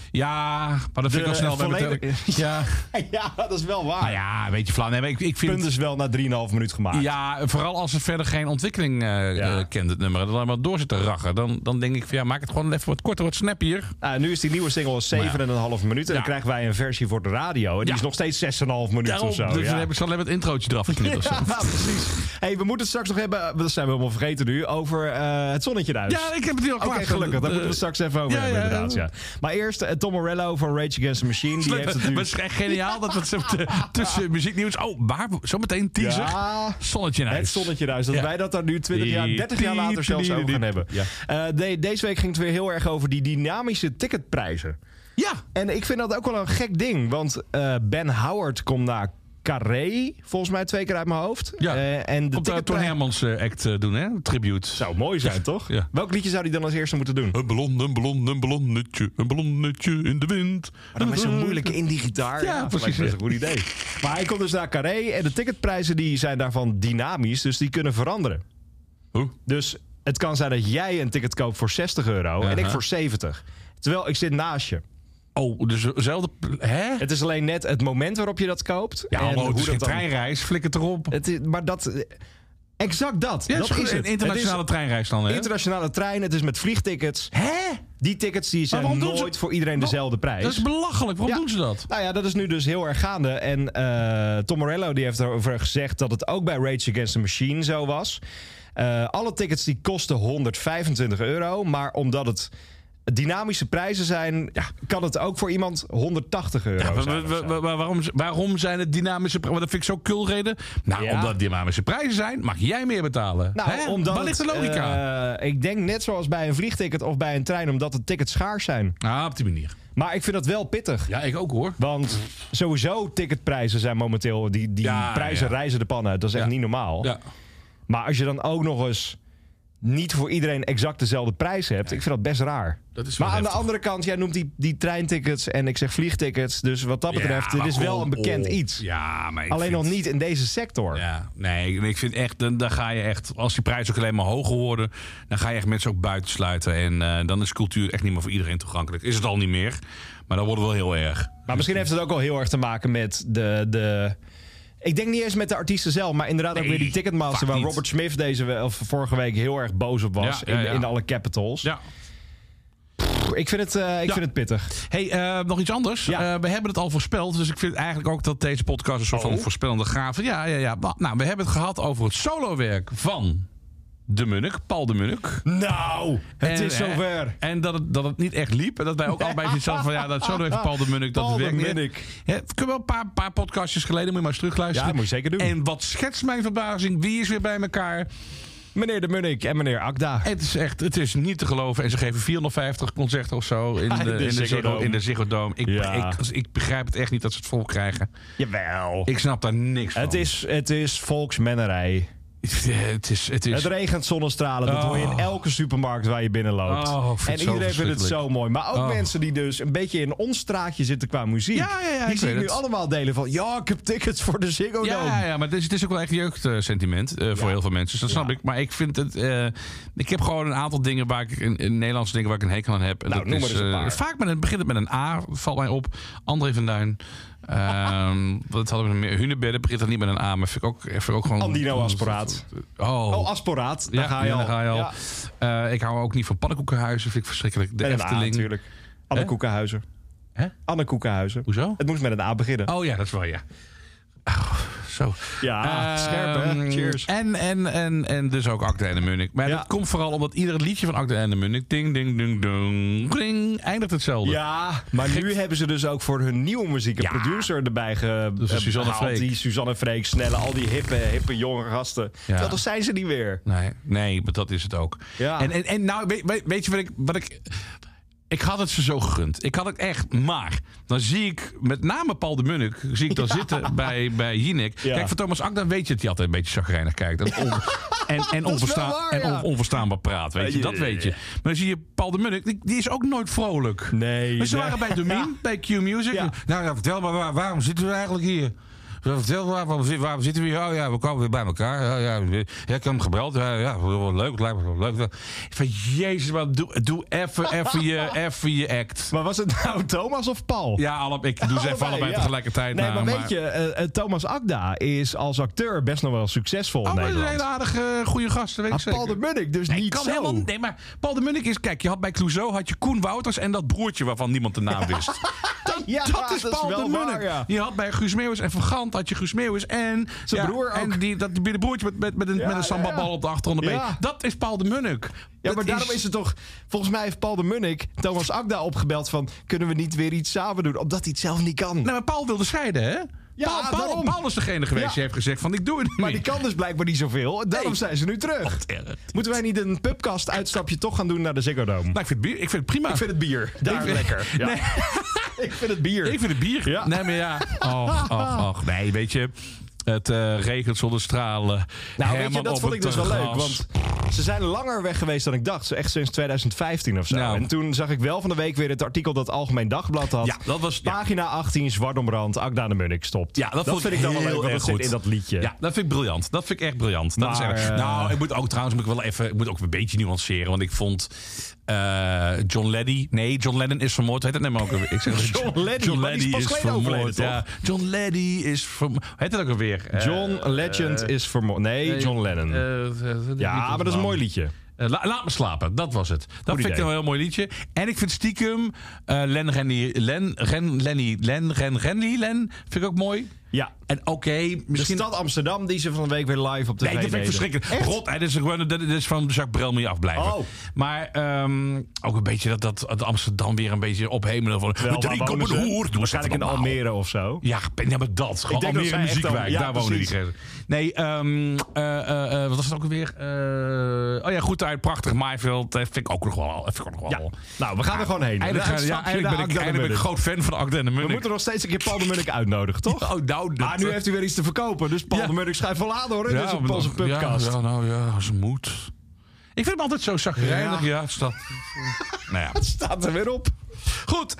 Speaker 2: Ja, maar dat vind ik wel snel. Ja.
Speaker 4: Ja, dat is wel waar.
Speaker 2: Nou ja, een beetje flauw. Nee, maar ik vind
Speaker 4: punt is wel na 3,5 minuut gemaakt.
Speaker 2: Ja, vooral als het verder geen ontwikkeling kent, het nummer. Dan maar door zit te rachen. Dan denk ik van maak het gewoon even wat korter, wat snappier.
Speaker 4: Nu is die nieuwe single 7,5 minuten. En dan krijgen wij een versie voor de radio. En die is nog steeds 6,5 minuten of zo.
Speaker 2: Dus dan heb ik alleen het introotje eraf geknipt.
Speaker 4: Ja, precies. Hey, we moeten het straks nog hebben, dat zijn we helemaal vergeten nu, over het zonnetje thuis.
Speaker 2: Ja, ik heb het hier al klaar.
Speaker 4: Oké, gelukkig. Daar moeten we straks even over hebben, inderdaad. Ja. Maar eerst Tom Morello van Rage Against the Machine. Die heeft het nu...
Speaker 2: Het is echt geniaal dat we het tussen muzieknieuws... waar? Zometeen teaser. Ja, Zonnetje thuis.
Speaker 4: Het zonnetje thuis. Dat wij dat daar nu 20 jaar, 30 jaar later zelfs over gaan hebben. Ja. Deze week ging het weer heel erg over die dynamische ticketprijzen.
Speaker 2: Ja.
Speaker 4: En ik vind dat ook wel een gek ding. Want Ben Howard komt naar Carré, volgens mij 2 keer uit mijn hoofd.
Speaker 2: Ja,
Speaker 4: en
Speaker 2: de Toon Hermans act doen, hè? Tribute.
Speaker 4: Zou mooi zijn, toch?
Speaker 2: Ja.
Speaker 4: Welk liedje zou hij dan als eerste moeten doen?
Speaker 2: Een ballonnetje in de wind.
Speaker 4: Maar dan is zo'n moeilijke indie-gitaar.
Speaker 2: Ja, precies.
Speaker 4: Dat is een goed idee. Maar hij komt dus naar Carré en de ticketprijzen die zijn daarvan dynamisch, dus die kunnen veranderen.
Speaker 2: Hoe?
Speaker 4: Dus het kan zijn dat jij een ticket koopt voor €60 en ik voor 70. Terwijl ik zit naast je.
Speaker 2: Oh, dus dezelfde... Hè?
Speaker 4: Het is alleen net het moment waarop je dat koopt.
Speaker 2: Ja,
Speaker 4: en
Speaker 2: hoe dat
Speaker 4: dan...
Speaker 2: treinreis, flik het erop.
Speaker 4: Maar dat... Exact dat.
Speaker 2: Ja,
Speaker 4: dat is het.
Speaker 2: Een internationale treinreis dan, hè?
Speaker 4: Internationale trein, het is met vliegtickets.
Speaker 2: Hè?
Speaker 4: Die tickets die zijn nooit voor iedereen dezelfde prijs.
Speaker 2: Dat is belachelijk. Waarom doen ze dat?
Speaker 4: Nou ja, dat is nu dus heel erg gaande. En Tom Morello die heeft erover gezegd dat het ook bij Rage Against the Machine zo was. Alle tickets die kosten €125. Maar omdat het dynamische prijzen zijn, kan het ook voor iemand €180 zijn.
Speaker 2: Waarom zijn het dynamische prijzen? Dat vind ik zo kulreden. Nou, omdat het dynamische prijzen zijn, mag jij meer betalen.
Speaker 4: Nou,
Speaker 2: waar ligt de logica?
Speaker 4: Ik denk net zoals bij een vliegticket of bij een trein, omdat de tickets schaars zijn.
Speaker 2: Op die manier.
Speaker 4: Maar ik vind dat wel pittig.
Speaker 2: Ja, ik ook hoor.
Speaker 4: Want sowieso ticketprijzen zijn momenteel... Die prijzen reizen de pan uit. Dat is echt niet normaal. Ja. Maar als je dan ook nog eens niet voor iedereen exact dezelfde prijs hebt... Ik vind dat best raar.
Speaker 2: Dat is
Speaker 4: maar aan
Speaker 2: heftig.
Speaker 4: de andere kant, jij noemt die treintickets en ik zeg vliegtickets. Dus wat dat betreft, dit is wel een bekend iets.
Speaker 2: Ja, maar
Speaker 4: alleen nog niet in deze sector.
Speaker 2: Ja, nee, ik vind echt, dan ga je echt... Als die prijzen ook alleen maar hoger worden... dan ga je echt mensen ook buitensluiten. En dan is cultuur echt niet meer voor iedereen toegankelijk. Is het al niet meer. Maar dan wordt het wel heel erg.
Speaker 4: Maar misschien heeft het ook wel heel erg te maken met de ik denk niet eens met de artiesten zelf, maar inderdaad ook weer die Ticketmaster... waar Robert Smith vorige week heel erg boos op was in alle capitals. Ja. Ik vind het pittig.
Speaker 2: Hey, nog iets anders. We hebben het al voorspeld. Dus ik vind eigenlijk ook dat deze podcast een soort van voorspellende gave... Ja. Nou, we hebben het gehad over het solowerk van de Munnik, Paul de Munnik.
Speaker 4: Nou, het is zover.
Speaker 2: En dat het niet echt liep. En dat wij ook allebei zoiets hadden van... dat solowerk van Paul de Munnik, dat werkt niet. Het kunnen wel een paar podcastjes geleden. Moet je maar eens terugluisteren.
Speaker 4: Ja, moet je zeker doen.
Speaker 2: En wat schetst mijn verbazing? Wie is weer bij elkaar?
Speaker 4: Meneer de Munnik en meneer Akda.
Speaker 2: Het is niet te geloven. En ze geven 450 concerten of zo in de Ziggo Dome. Ik begrijp het echt niet dat ze het vol krijgen.
Speaker 4: Jawel.
Speaker 2: Ik snap daar niks van.
Speaker 4: Het is volksmennerij. Het regent zonnestralen. Dat hoor je in elke supermarkt waar je binnenloopt. En iedereen vindt het zo mooi. Maar ook mensen die dus een beetje in ons straatje zitten qua muziek. Die zien nu allemaal delen van... Ja, ik heb tickets voor de Ziggo Dome.
Speaker 2: Ja, maar het is ook wel echt jeugdsentiment voor heel veel mensen. Dus dat snap ik. Maar ik vind het... ik heb gewoon een aantal dingen waar ik... in Nederlandse dingen waar ik een hekel aan heb. En
Speaker 4: nou, noem maar eens een paar.
Speaker 2: Vaak begint het met een A. Valt mij op. André van Duin. Wat hadden we nog meer? Hunebedden begint er niet met een A, maar vind ik ook gewoon...
Speaker 4: Andino Asporaat. Asporaat. Daar ga je al.
Speaker 2: Ja. Ik hou ook niet van pannenkoekenhuizen, vind ik verschrikkelijk. De Efteling.
Speaker 4: Natuurlijk. Anne Koekenhuizen. Anne Koekenhuizen.
Speaker 2: Hoezo?
Speaker 4: Het moest met een A beginnen.
Speaker 2: Oh ja, dat is wel, ja. Zo.
Speaker 4: Ja, scherp hè? Cheers.
Speaker 2: En dus ook Akda en de Munnik. Maar dat komt vooral omdat ieder liedje van Akda en de Munnik... ding, ding, ding, ding, ding, eindigt hetzelfde.
Speaker 4: Ja, maar nu hebben ze dus ook voor hun nieuwe muziek... een producer erbij gehaald. Die Suzanne Freek, Snelle, al die hippe jonge gasten. Ja. Dat zijn ze niet weer.
Speaker 2: Nee, maar dat is het ook. Ja. En nou, weet je wat ik... Ik had het ze zo gegund. Ik had het echt. Maar dan zie ik met name Paul de Munnik zitten bij Jinek. Ja. Kijk, van Thomas Akda weet je dat hij altijd een beetje chagrijnig kijkt. En onverstaanbaar praat. Weet je, dat weet je. Maar dan zie je Paul de Munnik, die is ook nooit vrolijk.
Speaker 5: Nee.
Speaker 2: Maar ze waren bij Domien, bij Q Music.
Speaker 5: Ja. Nou, vertel maar, waarom zitten we eigenlijk hier? Vertel, waar zitten we hier? Oh ja, we komen weer bij elkaar. Ja, ik heb hem gebeld. Ja, leuk, lijkt me wel leuk.
Speaker 2: Van jezus, man, doe even je act.
Speaker 4: Maar was het nou Thomas of Paul?
Speaker 2: Ja, ik doe ze even allebei tegelijkertijd.
Speaker 4: Nee, maar weet je, Thomas Akda is als acteur best nog wel succesvol in Nederland.
Speaker 2: Een hele aardige, goede gast, weet ik zeker.
Speaker 4: Paul de Munnik dus niet
Speaker 2: kan
Speaker 4: zo.
Speaker 2: Helemaal, nee, maar Paul de Munnik is... Kijk, je had bij Clouseau had je Koen Wouters en dat broertje waarvan niemand de naam wist. Dat is Paul de Munnik. Ja. Je had bij Guus Meeuwis en Van Gant had je Guus Meeuwis en...
Speaker 4: Zijn broer ook.
Speaker 2: En dat broertje met een sambabal op de achtergrond. Ja. Dat is Paul de Munnik.
Speaker 4: Ja, maar daarom is het toch... Volgens mij heeft Paul de Munnik Thomas Akda opgebeld van... Kunnen we niet weer iets samen doen? Omdat hij het zelf niet kan.
Speaker 2: Nee, maar Paul wilde scheiden, hè?
Speaker 4: Ja,
Speaker 2: Paul is degene geweest die heeft gezegd van ik doe het niet.
Speaker 4: Maar die kan dus blijkbaar niet zoveel. Daarom zijn ze nu terug. Moeten wij niet een pubcast uitstapje toch gaan doen naar de Ziggo Dome?
Speaker 2: Nou, ik vind het prima.
Speaker 4: Ik vind het bier. Daar lekker. Ja. Nee. Ik vind het bier.
Speaker 2: Ik vind het bier. Ja. Nee, maar ja. Och. Nee, weet je... Het regent zonder stralen.
Speaker 4: Nou, weet je, dat vond ik dus wel leuk. Want ze zijn langer weg geweest dan ik dacht. Echt sinds 2015 of zo. Nou. En toen zag ik wel van de week weer het artikel dat Algemeen Dagblad had.
Speaker 2: Ja, dat was...
Speaker 4: Pagina 18, zwart omrand, Akda de Munnik stopt.
Speaker 2: Ja, dat
Speaker 4: vind ik dan wel leuk, want dat zit in dat liedje.
Speaker 2: Ja, dat vind ik briljant. Dat vind ik echt briljant. Dat is echt, nou, ik moet ook trouwens ik moet ook een beetje nuanceren. Want ik vond... John Lennon is vermoord. Heet het net maar ook alweer? Ik zeg
Speaker 4: John Lennon is vermoord.
Speaker 2: Ja. John Lennon is vermoord. Heet het ook alweer?
Speaker 4: John Legend is vermoord. Nee, John Lennon. Ja, maar dat is een mooi liedje.
Speaker 2: Laat me slapen, dat was het. Dat vind ik een heel mooi liedje. En ik vind stiekem Len vind ik ook mooi.
Speaker 4: Ja.
Speaker 2: En misschien...
Speaker 4: De stad Amsterdam, die ze van de week weer live op tv
Speaker 2: Nee, dat vind ik verschrikkelijk. God, dat is van Jacques Brel moet je afblijven. Oh. Maar ook een beetje dat Amsterdam weer een beetje ophemelen. Van, we drinken op een hoer.
Speaker 4: Waarschijnlijk in Almere of zo.
Speaker 2: Ja, maar dat. Gewoon Almere Muziekwijk, daar wonen die. Nee, wat was het ook alweer? Goed uit, prachtig maaiveld. Vind ik ook nog wel.
Speaker 4: Nou, we gaan er gewoon heen.
Speaker 2: Eigenlijk ben ik een groot fan van Akda en de Munnik.
Speaker 4: We moeten nog steeds een keer Paul de Munnik uitnodigen, toch? Maar nu heeft hij weer iets te verkopen. Dus Paul de Munnik schrijft wel aan, hoor. Ja, op onze pubcast.
Speaker 2: Als het moet. Ik vind hem altijd zo zagrijnig. Ja, het staat... Nou ja.
Speaker 4: Het staat er weer op.
Speaker 2: Goed.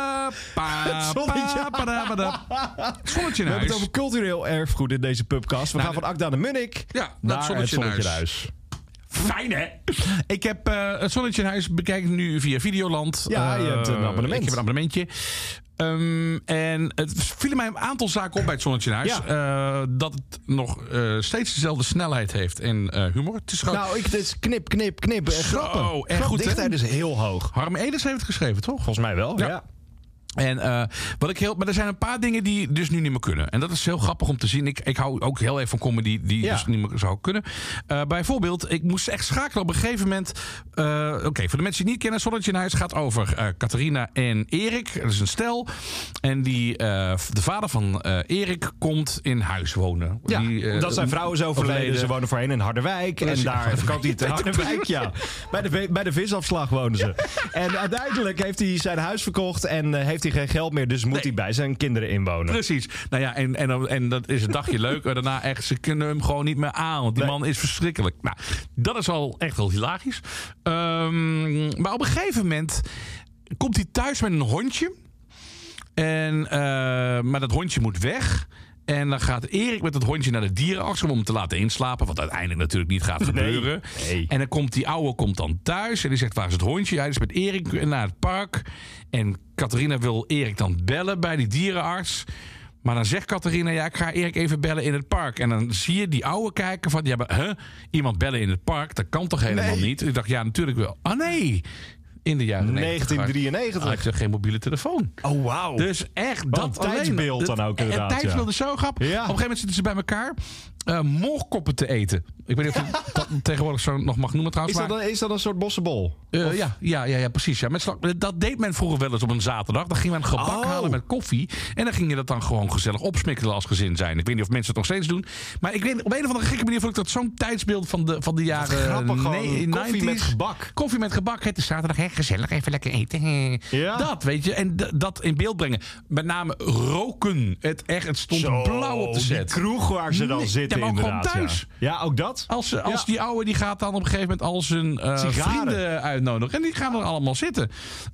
Speaker 2: Zonnetje
Speaker 4: We hebben het over cultureel erfgoed in deze pubcast. We gaan van Akda de Munnik naar het Zonnetje Huis.
Speaker 2: Fijn, hè? Ik heb het Zonnetje in Huis bekijken nu via Videoland.
Speaker 4: Ja, je hebt een abonnement.
Speaker 2: Ik heb een abonnementje. En het vielen mij een aantal zaken op bij het Zonnetje in Huis. Ja. Dat het nog steeds dezelfde snelheid heeft en humor. Het is gewoon...
Speaker 4: Nou, het is knip. Grappen. Grapdichtheid is heel hoog.
Speaker 2: Harm Edens heeft het geschreven, toch?
Speaker 4: Volgens mij wel, ja.
Speaker 2: En maar er zijn een paar dingen die dus nu niet meer kunnen. En dat is heel grappig om te zien. Ik hou ook heel even van comedy die dus niet meer zou kunnen. Bijvoorbeeld, ik moest echt schakelen op een gegeven moment. Voor de mensen die het niet kennen, Zonnetje in Huis gaat over Catharina en Erik. Dat is een stel. En de vader van Erik komt in huis wonen.
Speaker 4: Ja, omdat zijn vrouw is overleden. Ze wonen voorheen in Harderwijk. En daar verkoopt hij het Harderwijk, ja. Bij de visafslag wonen ze. En uiteindelijk heeft hij zijn huis verkocht en heeft hij geen geld meer, dus moet hij bij zijn kinderen inwonen.
Speaker 2: Precies. Nou ja, en dat is een dagje leuk. Maar daarna echt, ze kunnen hem gewoon niet meer aan. Want die man is verschrikkelijk. Nou, dat is al echt wel hilarisch. Maar op een gegeven moment komt hij thuis met een hondje. Maar dat hondje moet weg. En dan gaat Erik met het hondje naar de dierenarts om hem te laten inslapen. Wat uiteindelijk natuurlijk niet gaat gebeuren. Nee. En dan komt die ouwe dan thuis. En die zegt, waar is het hondje? Hij is met Erik naar het park. En Catharina wil Erik dan bellen bij die dierenarts. Maar dan zegt Catharina, ik ga Erik even bellen in het park. En dan zie je die ouwe kijken van, iemand bellen in het park? Dat kan toch helemaal niet? Ik dacht, ja, natuurlijk wel. Nee. In de jaren
Speaker 4: 1993.
Speaker 2: Had je geen mobiele telefoon.
Speaker 4: Oh, wauw.
Speaker 2: Dus echt dat
Speaker 4: tijdsbeeld dan ook inderdaad.
Speaker 2: Het tijdsbeeld is zo grappig. Ja. Op een gegeven moment zitten ze bij elkaar moorkoppen te eten. Ik weet niet of je dat tegenwoordig zo nog mag noemen trouwens.
Speaker 4: Is dat een soort bossenbol?
Speaker 2: Ja, precies. Ja. Dat deed men vroeger wel eens op een zaterdag. Dan ging men gebak halen met koffie. En dan ging je dat dan gewoon gezellig opsmikkelen als gezin zijn. Ik weet niet of mensen het nog steeds doen. Maar ik weet, op een of andere gekke manier vond ik dat zo'n tijdsbeeld van de jaren...
Speaker 4: Grappig, koffie 90's.
Speaker 2: Met gebak. Koffie met gebak. Het is zaterdag, gezellig, even lekker eten. Ja. Dat, weet je. En dat in beeld brengen. Met name roken. Het stond blauw op de set.
Speaker 4: Die kroeg waar ze dan zitten. eten,
Speaker 2: maar ook gewoon
Speaker 4: inderdaad.
Speaker 2: thuis.
Speaker 4: Ja, ook dat.
Speaker 2: Als die ouwe die gaat dan op een gegeven moment al zijn vrienden uitnodigen. En die gaan er allemaal zitten.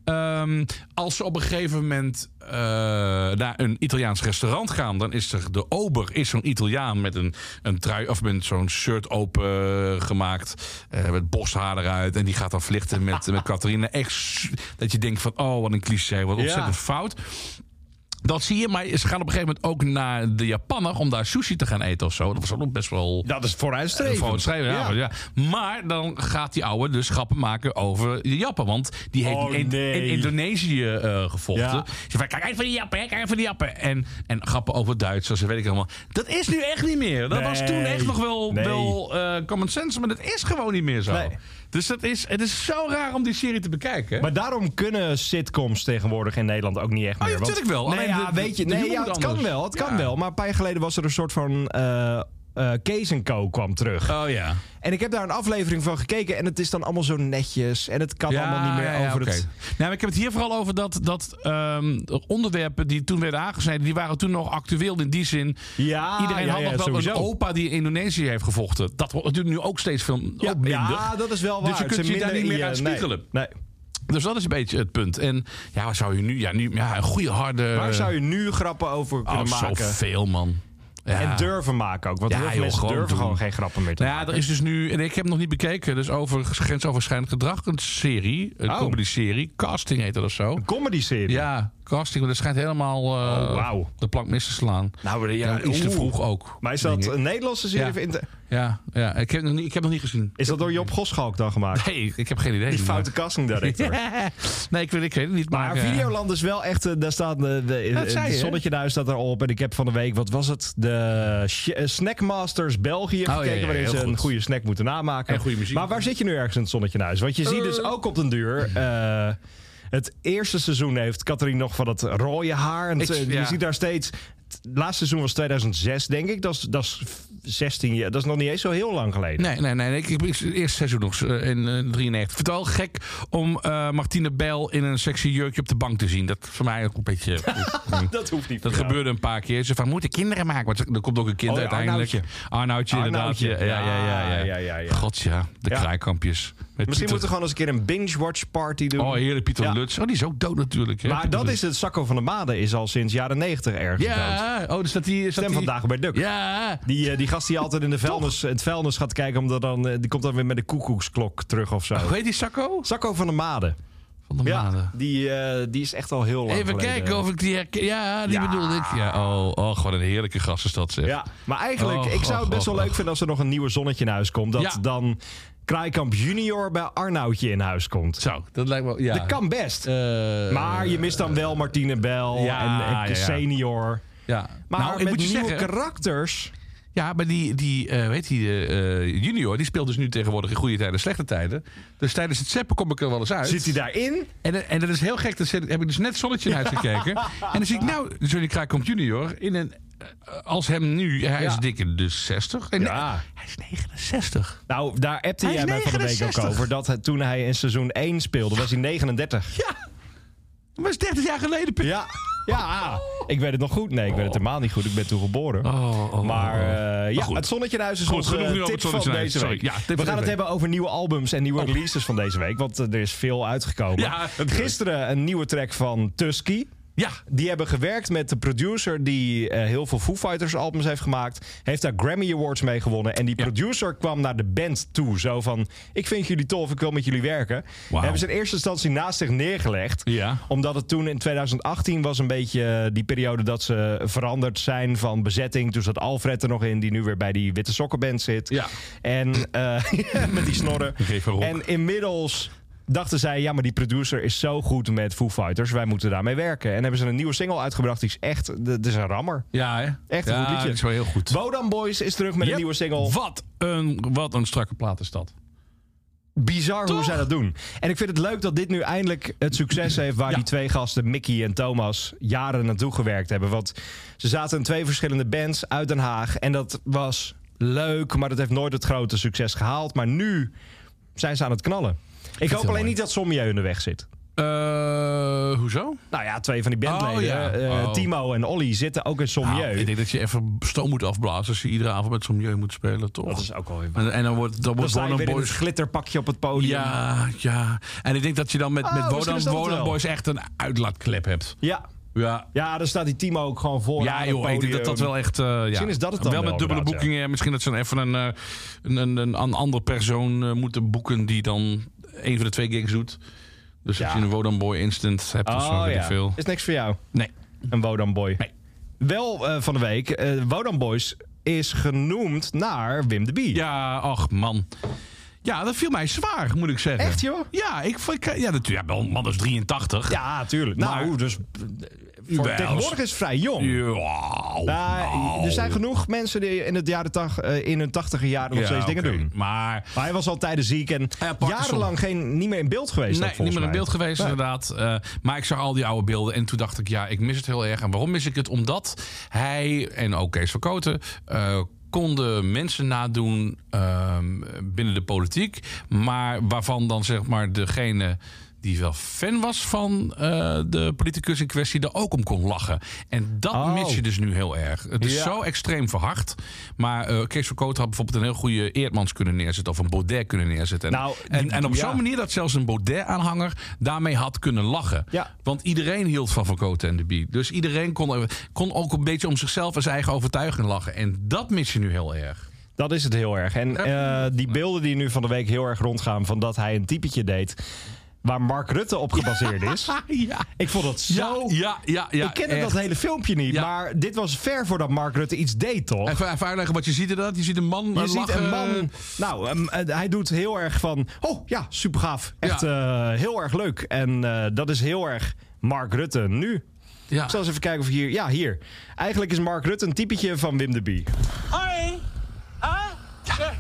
Speaker 2: Als ze op een gegeven moment naar een Italiaans restaurant gaan, dan is er de ober, is zo'n Italiaan met een trui of met zo'n shirt open gemaakt, met borsthaar eruit. En die gaat dan vlichten met Catharina. Echt dat je denkt van, oh, wat een cliché, wat ontzettend fout. Dat zie je, maar ze gaan op een gegeven moment ook naar de Japaner om daar sushi te gaan eten of zo. Dat was ook best wel...
Speaker 4: Dat is vooruitstrevend.
Speaker 2: Ja. Maar dan gaat die ouwe dus grappen maken over de Jappen. Want die heeft in Indonesië gevochten.
Speaker 4: Ja.
Speaker 2: Ze van, kijk uit van die Jappen, kijk uit van die Jappen. En grappen over Duitsers, weet ik allemaal. Dat is nu echt niet meer. Dat was toen echt nog wel common sense, maar dat is gewoon niet meer zo. Nee. Dus het is zo raar om die serie te bekijken.
Speaker 4: Maar daarom kunnen sitcoms tegenwoordig in Nederland ook niet echt meer.
Speaker 2: Ja, natuurlijk wel.
Speaker 4: Nee, het kan wel. Het kan wel. Maar een paar jaar geleden was er een soort van... Kees & Co kwam terug.
Speaker 2: Oh ja.
Speaker 4: En ik heb daar een aflevering van gekeken. En het is dan allemaal zo netjes. En het kan allemaal niet meer over het...
Speaker 2: Nou, ik heb het hier vooral over dat onderwerpen die toen werden aangesneden, die waren toen nog actueel in die zin. Ja, iedereen had nog wel sowieso een opa die in Indonesië heeft gevochten. Dat wordt natuurlijk nu ook steeds veel minder.
Speaker 4: Ja, dat is wel waar.
Speaker 2: Dus je kunt je daar niet meer uit spiegelen.
Speaker 4: Nee.
Speaker 2: Dus dat is een beetje het punt. En ja, waar zou je nu... een goede harde...
Speaker 4: Waar zou je nu grappen over kunnen maken?
Speaker 2: Zoveel, man. Ja.
Speaker 4: En durven maken ook. Want heel veel mensen durven gewoon geen grappen meer te maken.
Speaker 2: Ja, er is dus nu... En ik heb het nog niet bekeken. Dus over grensoverschrijdend gedrag. Een serie. Een comedy-serie. Casting heet dat of zo.
Speaker 4: Een comedy-serie?
Speaker 2: Ja, casting. Maar dat schijnt helemaal de plank mis te slaan.
Speaker 4: Nou,
Speaker 2: iets te vroeg ook.
Speaker 4: Maar is dat een Nederlandse serie?
Speaker 2: Ja. Ik heb nog niet gezien.
Speaker 4: Is dat door Job Goschalk dan gemaakt?
Speaker 2: Nee, ik heb geen idee.
Speaker 4: Die foute casting director.
Speaker 2: Nee, ik weet het niet.
Speaker 4: Maar Videoland is wel echt... Daar staat het zonnetje thuis staat erop. En ik heb van de week... Wat was het? De Snackmasters België gekeken. Waarin ze een goede snack moeten namaken.
Speaker 2: En goede muziek.
Speaker 4: Maar waar zit je nu ergens in het zonnetje thuis? Want je ziet dus ook op den duur... het eerste seizoen heeft Catharine nog van dat rode haar. En je ziet daar steeds... Het laatste seizoen was 2006, denk ik. Dat is 16 jaar. Dat is nog niet eens zo heel lang geleden.
Speaker 2: Nee. Ik heb het eerste seizoen nog in 93. Ik vind het wel gek om Martine Bijl in een sexy jurkje op de bank te zien. Dat voor mij ook een beetje...
Speaker 4: dat hoeft niet.
Speaker 2: Dat gebeurde een paar keer. Ze van, moeten kinderen maken. Want er komt ook een kind uiteindelijk. Arnoudje, inderdaad. Ja. God ja, de kraaikampjes.
Speaker 4: Misschien moeten we gewoon eens een keer een binge-watch party doen.
Speaker 2: Oh, heerlijk, Pieter Lutz. Oh, die is ook dood natuurlijk. Hè?
Speaker 4: Maar dat is het. Sacco van de Made is al sinds jaren 90 ergens dood.
Speaker 2: Dus dat die...
Speaker 4: Stem van Dagobert Duck.
Speaker 2: Ja.
Speaker 4: Die gast die altijd in de vuilnis gaat kijken, omdat die komt dan weer met de koekoeksklok terug of zo.
Speaker 2: Hoe heet die Sacco?
Speaker 4: Sacco van de Made. Die is echt al heel lang
Speaker 2: Even
Speaker 4: geleden.
Speaker 2: Kijken of ik die herken. Ja, die bedoelde ik. Ja, gewoon een heerlijke gast is dat, zeg.
Speaker 4: Ja, maar eigenlijk, ik zou het best wel leuk vinden als er nog een nieuwe zonnetje in huis komt. Dat dan Kraaikamp junior bij Arnoudje in huis komt.
Speaker 2: Zo, dat lijkt me... Ja.
Speaker 4: Dat kan best. Maar je mist dan wel Martine Bijl en senior.
Speaker 2: Ja.
Speaker 4: Maar ik met moet nieuwe karakters...
Speaker 2: Ja, maar die junior, die speelt dus nu tegenwoordig in goede tijden, slechte tijden. Dus tijdens het zeppen kom ik er wel eens uit.
Speaker 4: Zit hij daarin?
Speaker 2: En dat is heel gek. Dan heb ik dus net Zonnetje in huis gekeken. En dan zie ik Johnny Kraaikamp junior in een... Als hem nu, hij is dik in de 60. Hij is 69.
Speaker 4: Nou, daar appte jij mij van de week ook over. Dat toen hij in seizoen 1 speelde, was hij 39.
Speaker 2: Ja, dat was 30 jaar geleden.
Speaker 4: Ja, ik weet het nog goed. Nee, ik weet het helemaal niet goed. Ik ben toen geboren. Maar het Zonnetje in huis is onze tip van deze week. Ja, we gaan het hebben over nieuwe albums en nieuwe releases van deze week. Want er is veel uitgekomen. Ja, gisteren een nieuwe track van Tusky. Ja. Die hebben gewerkt met de producer die heel veel Foo Fighters albums heeft gemaakt. Heeft daar Grammy Awards mee gewonnen. En die producer kwam naar de band toe. Zo van, ik vind jullie tof, ik wil met jullie werken. Wow. Hebben ze in eerste instantie naast zich neergelegd. Ja. Omdat het toen in 2018 was een beetje die periode dat ze veranderd zijn van bezetting. Toen zat Alfred er nog in, die nu weer bij die Witte Sokkenband zit. Ja. En met die snorren. En inmiddels... dachten zij, ja, maar die producer is zo goed met Foo Fighters. Wij moeten daarmee werken. En hebben ze een nieuwe single uitgebracht. Die is echt, dat is een rammer. Ja, hè? Echt een goed liedje. Dat is wel heel goed. Bodam Boys is terug met een nieuwe single.
Speaker 2: Wat een strakke plaat is dat.
Speaker 4: Bizar hoe zij dat doen. En ik vind het leuk dat dit nu eindelijk het succes heeft... waar die twee gasten, Mickey en Thomas, jaren naartoe gewerkt hebben. Want ze zaten in 2 verschillende bands uit Den Haag. En dat was leuk, maar dat heeft nooit het grote succes gehaald. Maar nu zijn ze aan het knallen. Ik hoop alleen niet dat Sommieu in de weg zit.
Speaker 2: Hoezo?
Speaker 4: Nou ja, 2 van die bandleden, Timo en Olly, zitten ook in Sommieu.
Speaker 2: Ik denk dat je even stoom moet afblazen als je iedere avond met Sommieu moet spelen, toch?
Speaker 4: Dat is ook wel even.
Speaker 2: En dan wordt
Speaker 4: sta je weer in
Speaker 2: Boys...
Speaker 4: het glitterpakje op het podium.
Speaker 2: Ja. En ik denk dat je dan met Wodan Boys echt een uitlaatklep hebt.
Speaker 4: Ja, dan staat die Timo ook gewoon voor.
Speaker 2: Ja, joh, ik denk dat wel echt...
Speaker 4: Misschien is dat het dan
Speaker 2: wel met dubbele boekingen. Misschien dat ze even een andere persoon moeten boeken die dan een van de 2 gigs doet. Dus als je een Wodan Boy instant hebt of zo, weet ik veel.
Speaker 4: Is niks voor jou?
Speaker 2: Nee.
Speaker 4: Een Wodan Boy?
Speaker 2: Nee.
Speaker 4: Wel van de week, Wodan Boys is genoemd naar Wim de Bie.
Speaker 2: Ja, ach man. Ja, dat viel mij zwaar, moet ik zeggen.
Speaker 4: Echt, joh?
Speaker 2: Ja, natuurlijk. Ja, man is 83.
Speaker 4: Ja, tuurlijk. Nou, dus... tegenwoordig is vrij jong. Er zijn genoeg mensen die in hun 80e jaren nog steeds dingen doen. Maar hij was al tijden ziek en jarenlang niet meer in beeld geweest.
Speaker 2: Nee, niet meer in beeld geweest, inderdaad. Maar ik zag al die oude beelden en toen dacht ik, ik mis het heel erg. En waarom mis ik het? Omdat hij en ook Kees van Kooten... konden mensen nadoen binnen de politiek. Maar waarvan dan zeg maar degene die wel fan was van de politicus in kwestie er ook om kon lachen. En dat mis je dus nu heel erg. Het is zo extreem verhard. Maar Kees van Kooten had bijvoorbeeld een heel goede Eertmans kunnen neerzetten. Of een Baudet kunnen neerzetten. En op zo'n manier dat zelfs een Baudet-aanhanger daarmee had kunnen lachen. Ja. Want iedereen hield van Kooten en de Bie. Dus iedereen kon ook een beetje om zichzelf en zijn eigen overtuiging lachen. En dat mis je nu heel erg.
Speaker 4: Dat is het heel erg. En die beelden die nu van de week heel erg rondgaan van dat hij een typetje deed waar Mark Rutte op gebaseerd is. Ik vond het zo... Ik kende dat hele filmpje niet, maar dit was ver voordat Mark Rutte iets deed, toch?
Speaker 2: Even uitleggen wat je ziet inderdaad. Je ziet een man lachen.
Speaker 4: Ziet een man... Nou, hij doet heel erg van... Oh, ja, super gaaf. Echt heel erg leuk. En dat is heel erg Mark Rutte nu. Ja. Ik zal eens even kijken of hier... Ja, hier. Eigenlijk is Mark Rutte een typetje van Wim de Bie.
Speaker 3: Hoi! Ja.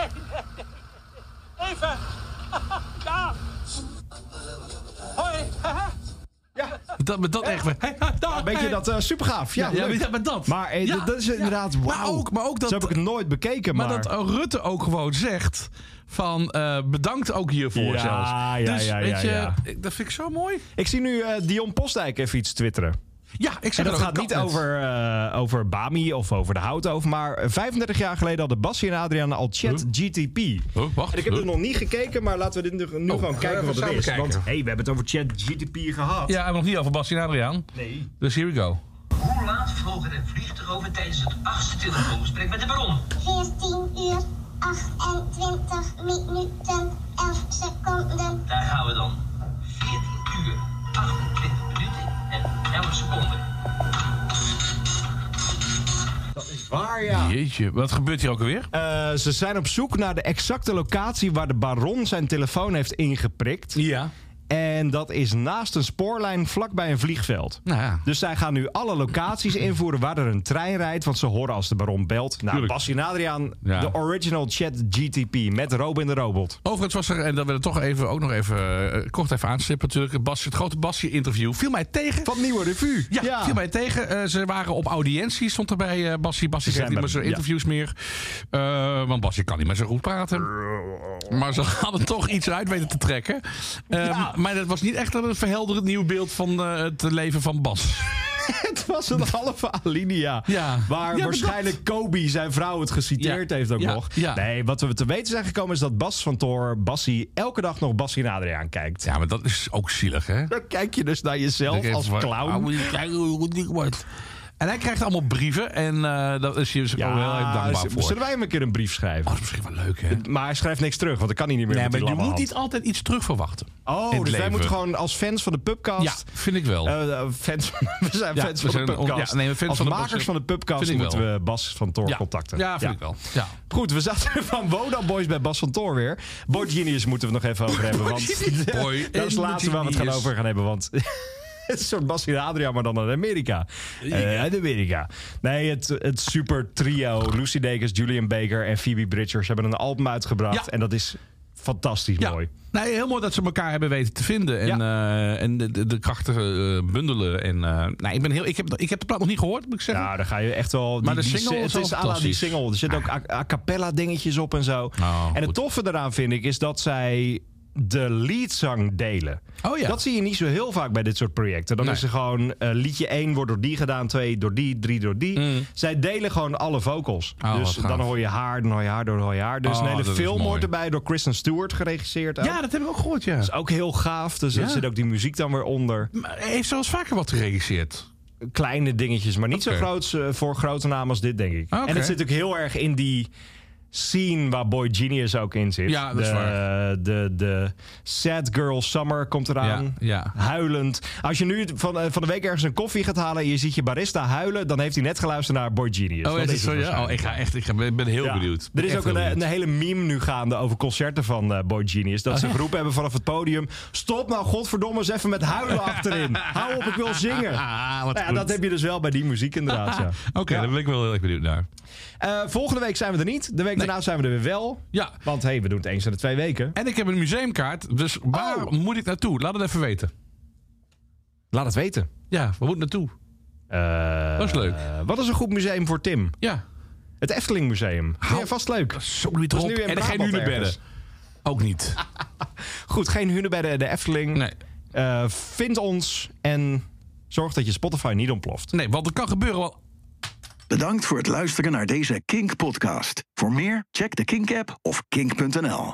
Speaker 3: Even! Ja! Hoi!
Speaker 2: Ja. Met dat echt.
Speaker 4: Weet je dat super gaaf? Ja,
Speaker 2: met dat.
Speaker 4: Maar dat is inderdaad wauw. Maar ook dat, zo heb ik het nooit bekeken. Maar
Speaker 2: dat Rutte ook gewoon zegt van bedankt ook hiervoor zelfs. Dat vind ik zo mooi.
Speaker 4: Ik zie nu Dion Postdijk even iets twitteren.
Speaker 2: Ja, ik zeg
Speaker 4: en dat gaat niet over Bami of over de Houtover, maar 35 jaar geleden hadden Bassie en Adriaan al ChatGTP.
Speaker 2: Wacht.
Speaker 4: En ik heb er nog niet gekeken, maar laten we dit nu gewoon kijken wat het is. Want we hebben het over ChatGTP gehad.
Speaker 2: Ja, en nog niet over Bassie en Adriaan.
Speaker 4: Nee.
Speaker 2: Dus here we go.
Speaker 7: Hoe laat vlogen er vliegtuigen tijdens het 8e telefoongesprek met de baron?
Speaker 8: 14 uur, 28 minuten, 11 seconden.
Speaker 7: Daar gaan we dan. 14 uur, 28 minuten en 11 seconden.
Speaker 4: Dat is waar, ja.
Speaker 2: Jeetje, wat gebeurt hier ook alweer?
Speaker 4: Ze zijn op zoek naar de exacte locatie waar de baron zijn telefoon heeft ingeprikt.
Speaker 2: Ja.
Speaker 4: En dat is naast een spoorlijn vlakbij een vliegveld.
Speaker 2: Nou ja.
Speaker 4: Dus zij gaan nu alle locaties invoeren waar er een trein rijdt. Want ze horen als de baron belt. Nou, Bassie en Adriaan, de original ChatGTP met Robin de Robot.
Speaker 2: Overigens was er, en dat willen we toch ook nog even kort even aanstippen natuurlijk. Het grote Bassie-interview viel mij tegen.
Speaker 4: Van Nieuwe Revue.
Speaker 2: Ja, viel mij tegen. Ze waren op audiëntie, stond erbij Bassie. Bassie geeft niet meer zijn interviews meer. Want Bassie kan niet meer zo goed praten. Maar ze hadden toch iets uit weten te trekken. Maar dat was niet echt een verhelderend nieuw beeld van het leven van Bas.
Speaker 4: Het was een halve alinea. Ja. Waar waarschijnlijk Kobe, zijn vrouw, het geciteerd heeft ook nog. Ja. Nee, wat we te weten zijn gekomen is dat Bas van Toor, Bassie, elke dag nog Bassie en Adriaan kijkt.
Speaker 2: Ja, maar dat is ook zielig, hè?
Speaker 4: Dan kijk je dus naar jezelf als clown.
Speaker 2: Moet je kijken hoe het wordt. En hij krijgt allemaal brieven en dat is hier dus ook heel erg dankbaar voor.
Speaker 4: Zullen wij hem een keer een brief schrijven?
Speaker 2: Dat is misschien wel leuk, hè?
Speaker 4: Maar hij schrijft niks terug, want dan kan hij niet meer met die
Speaker 2: maar je moet
Speaker 4: hand.
Speaker 2: niet altijd iets terug verwachten.
Speaker 4: Oh, dus wij moeten gewoon als fans van de Pubcast...
Speaker 2: Ja, vind ik wel.
Speaker 4: We zijn fans van de Pubcast. Als makers van de Pubcast moeten we Bas van Toor contacten.
Speaker 2: Ja, vind ik wel. Ja.
Speaker 4: Goed, we zaten van Wodan Boys bij Bas van Toor weer. Boy Genius moeten we nog even over hebben. Want dat is het laatste waar we het gaan over gaan hebben, want... Het is een soort Bassie en Adriaan, maar dan in Amerika. Nee, het super trio. Lucy Dacus, Julian Baker en Phoebe Bridgers hebben een album uitgebracht. Ja. En dat is fantastisch mooi.
Speaker 2: Nee, heel mooi dat ze elkaar hebben weten te vinden. En de krachten bundelen. En, ik heb de plaat nog niet gehoord, moet ik zeggen.
Speaker 4: Ja, dan ga je echt wel...
Speaker 2: Maar de single is
Speaker 4: fantastisch. Die single. Er zitten ook a cappella dingetjes op en zo. En het toffe eraan vind ik is dat zij... de leadzang delen.
Speaker 2: Oh ja.
Speaker 4: Dat zie je niet zo heel vaak bij dit soort projecten. Dan is er gewoon liedje 1 wordt door die gedaan, 2 door die, 3 door die. Zij delen gewoon alle vocals. Dus dan hoor je haar, dan hoor je haar, dan hoor je haar. Dus een hele film hoort erbij door Kristen Stewart geregisseerd. Ook.
Speaker 2: Ja, dat heb ik ook gehoord, ja.
Speaker 4: Dat is ook heel gaaf. Dus er zit ook die muziek dan weer onder.
Speaker 2: Maar heeft ze wel eens vaker wat geregisseerd?
Speaker 4: Kleine dingetjes, maar niet zo groot voor grote namen als dit, denk ik. En het zit ook heel erg in die scene waar Boy Genius ook in zit.
Speaker 2: Ja, dat is waar.
Speaker 4: De Sad Girl Summer komt eraan.
Speaker 2: Ja.
Speaker 4: Huilend. Als je nu van de week ergens een koffie gaat halen en je ziet je barista huilen, dan heeft hij net geluisterd naar Boy Genius.
Speaker 2: Oh, is het zo? Ja? Oh, ik ben heel benieuwd.
Speaker 4: Er is ook een hele meme nu gaande over concerten van Boy Genius. Dat ze geroepen hebben vanaf het podium: stop nou godverdomme eens even met huilen achterin. Hou op, ik wil zingen. Dat heb je dus wel bij die muziek inderdaad. Ja.
Speaker 2: Oké, daar ben ik wel heel erg benieuwd naar.
Speaker 4: Volgende week zijn we er niet. De week daarna zijn we er weer wel.
Speaker 2: Ja.
Speaker 4: Want we doen het eens in de 2 weken.
Speaker 2: En ik heb een museumkaart. Dus waar moet ik naartoe? Laat het even weten.
Speaker 4: Laat het weten.
Speaker 2: Ja, waar moet ik naartoe? Dat is leuk.
Speaker 4: Wat is een goed museum voor Tim?
Speaker 2: Ja.
Speaker 4: Het Efteling Museum. Ja, vast leuk.
Speaker 2: Zo niet erop. En geen hunebedden. Ook niet.
Speaker 4: Goed, geen hunebedden in de Efteling.
Speaker 2: Nee.
Speaker 4: Vind ons en zorg dat je Spotify niet ontploft.
Speaker 2: Nee, want er kan gebeuren wel.
Speaker 1: Bedankt voor het luisteren naar deze Kink-podcast. Voor meer, check de Kink-app of kink.nl.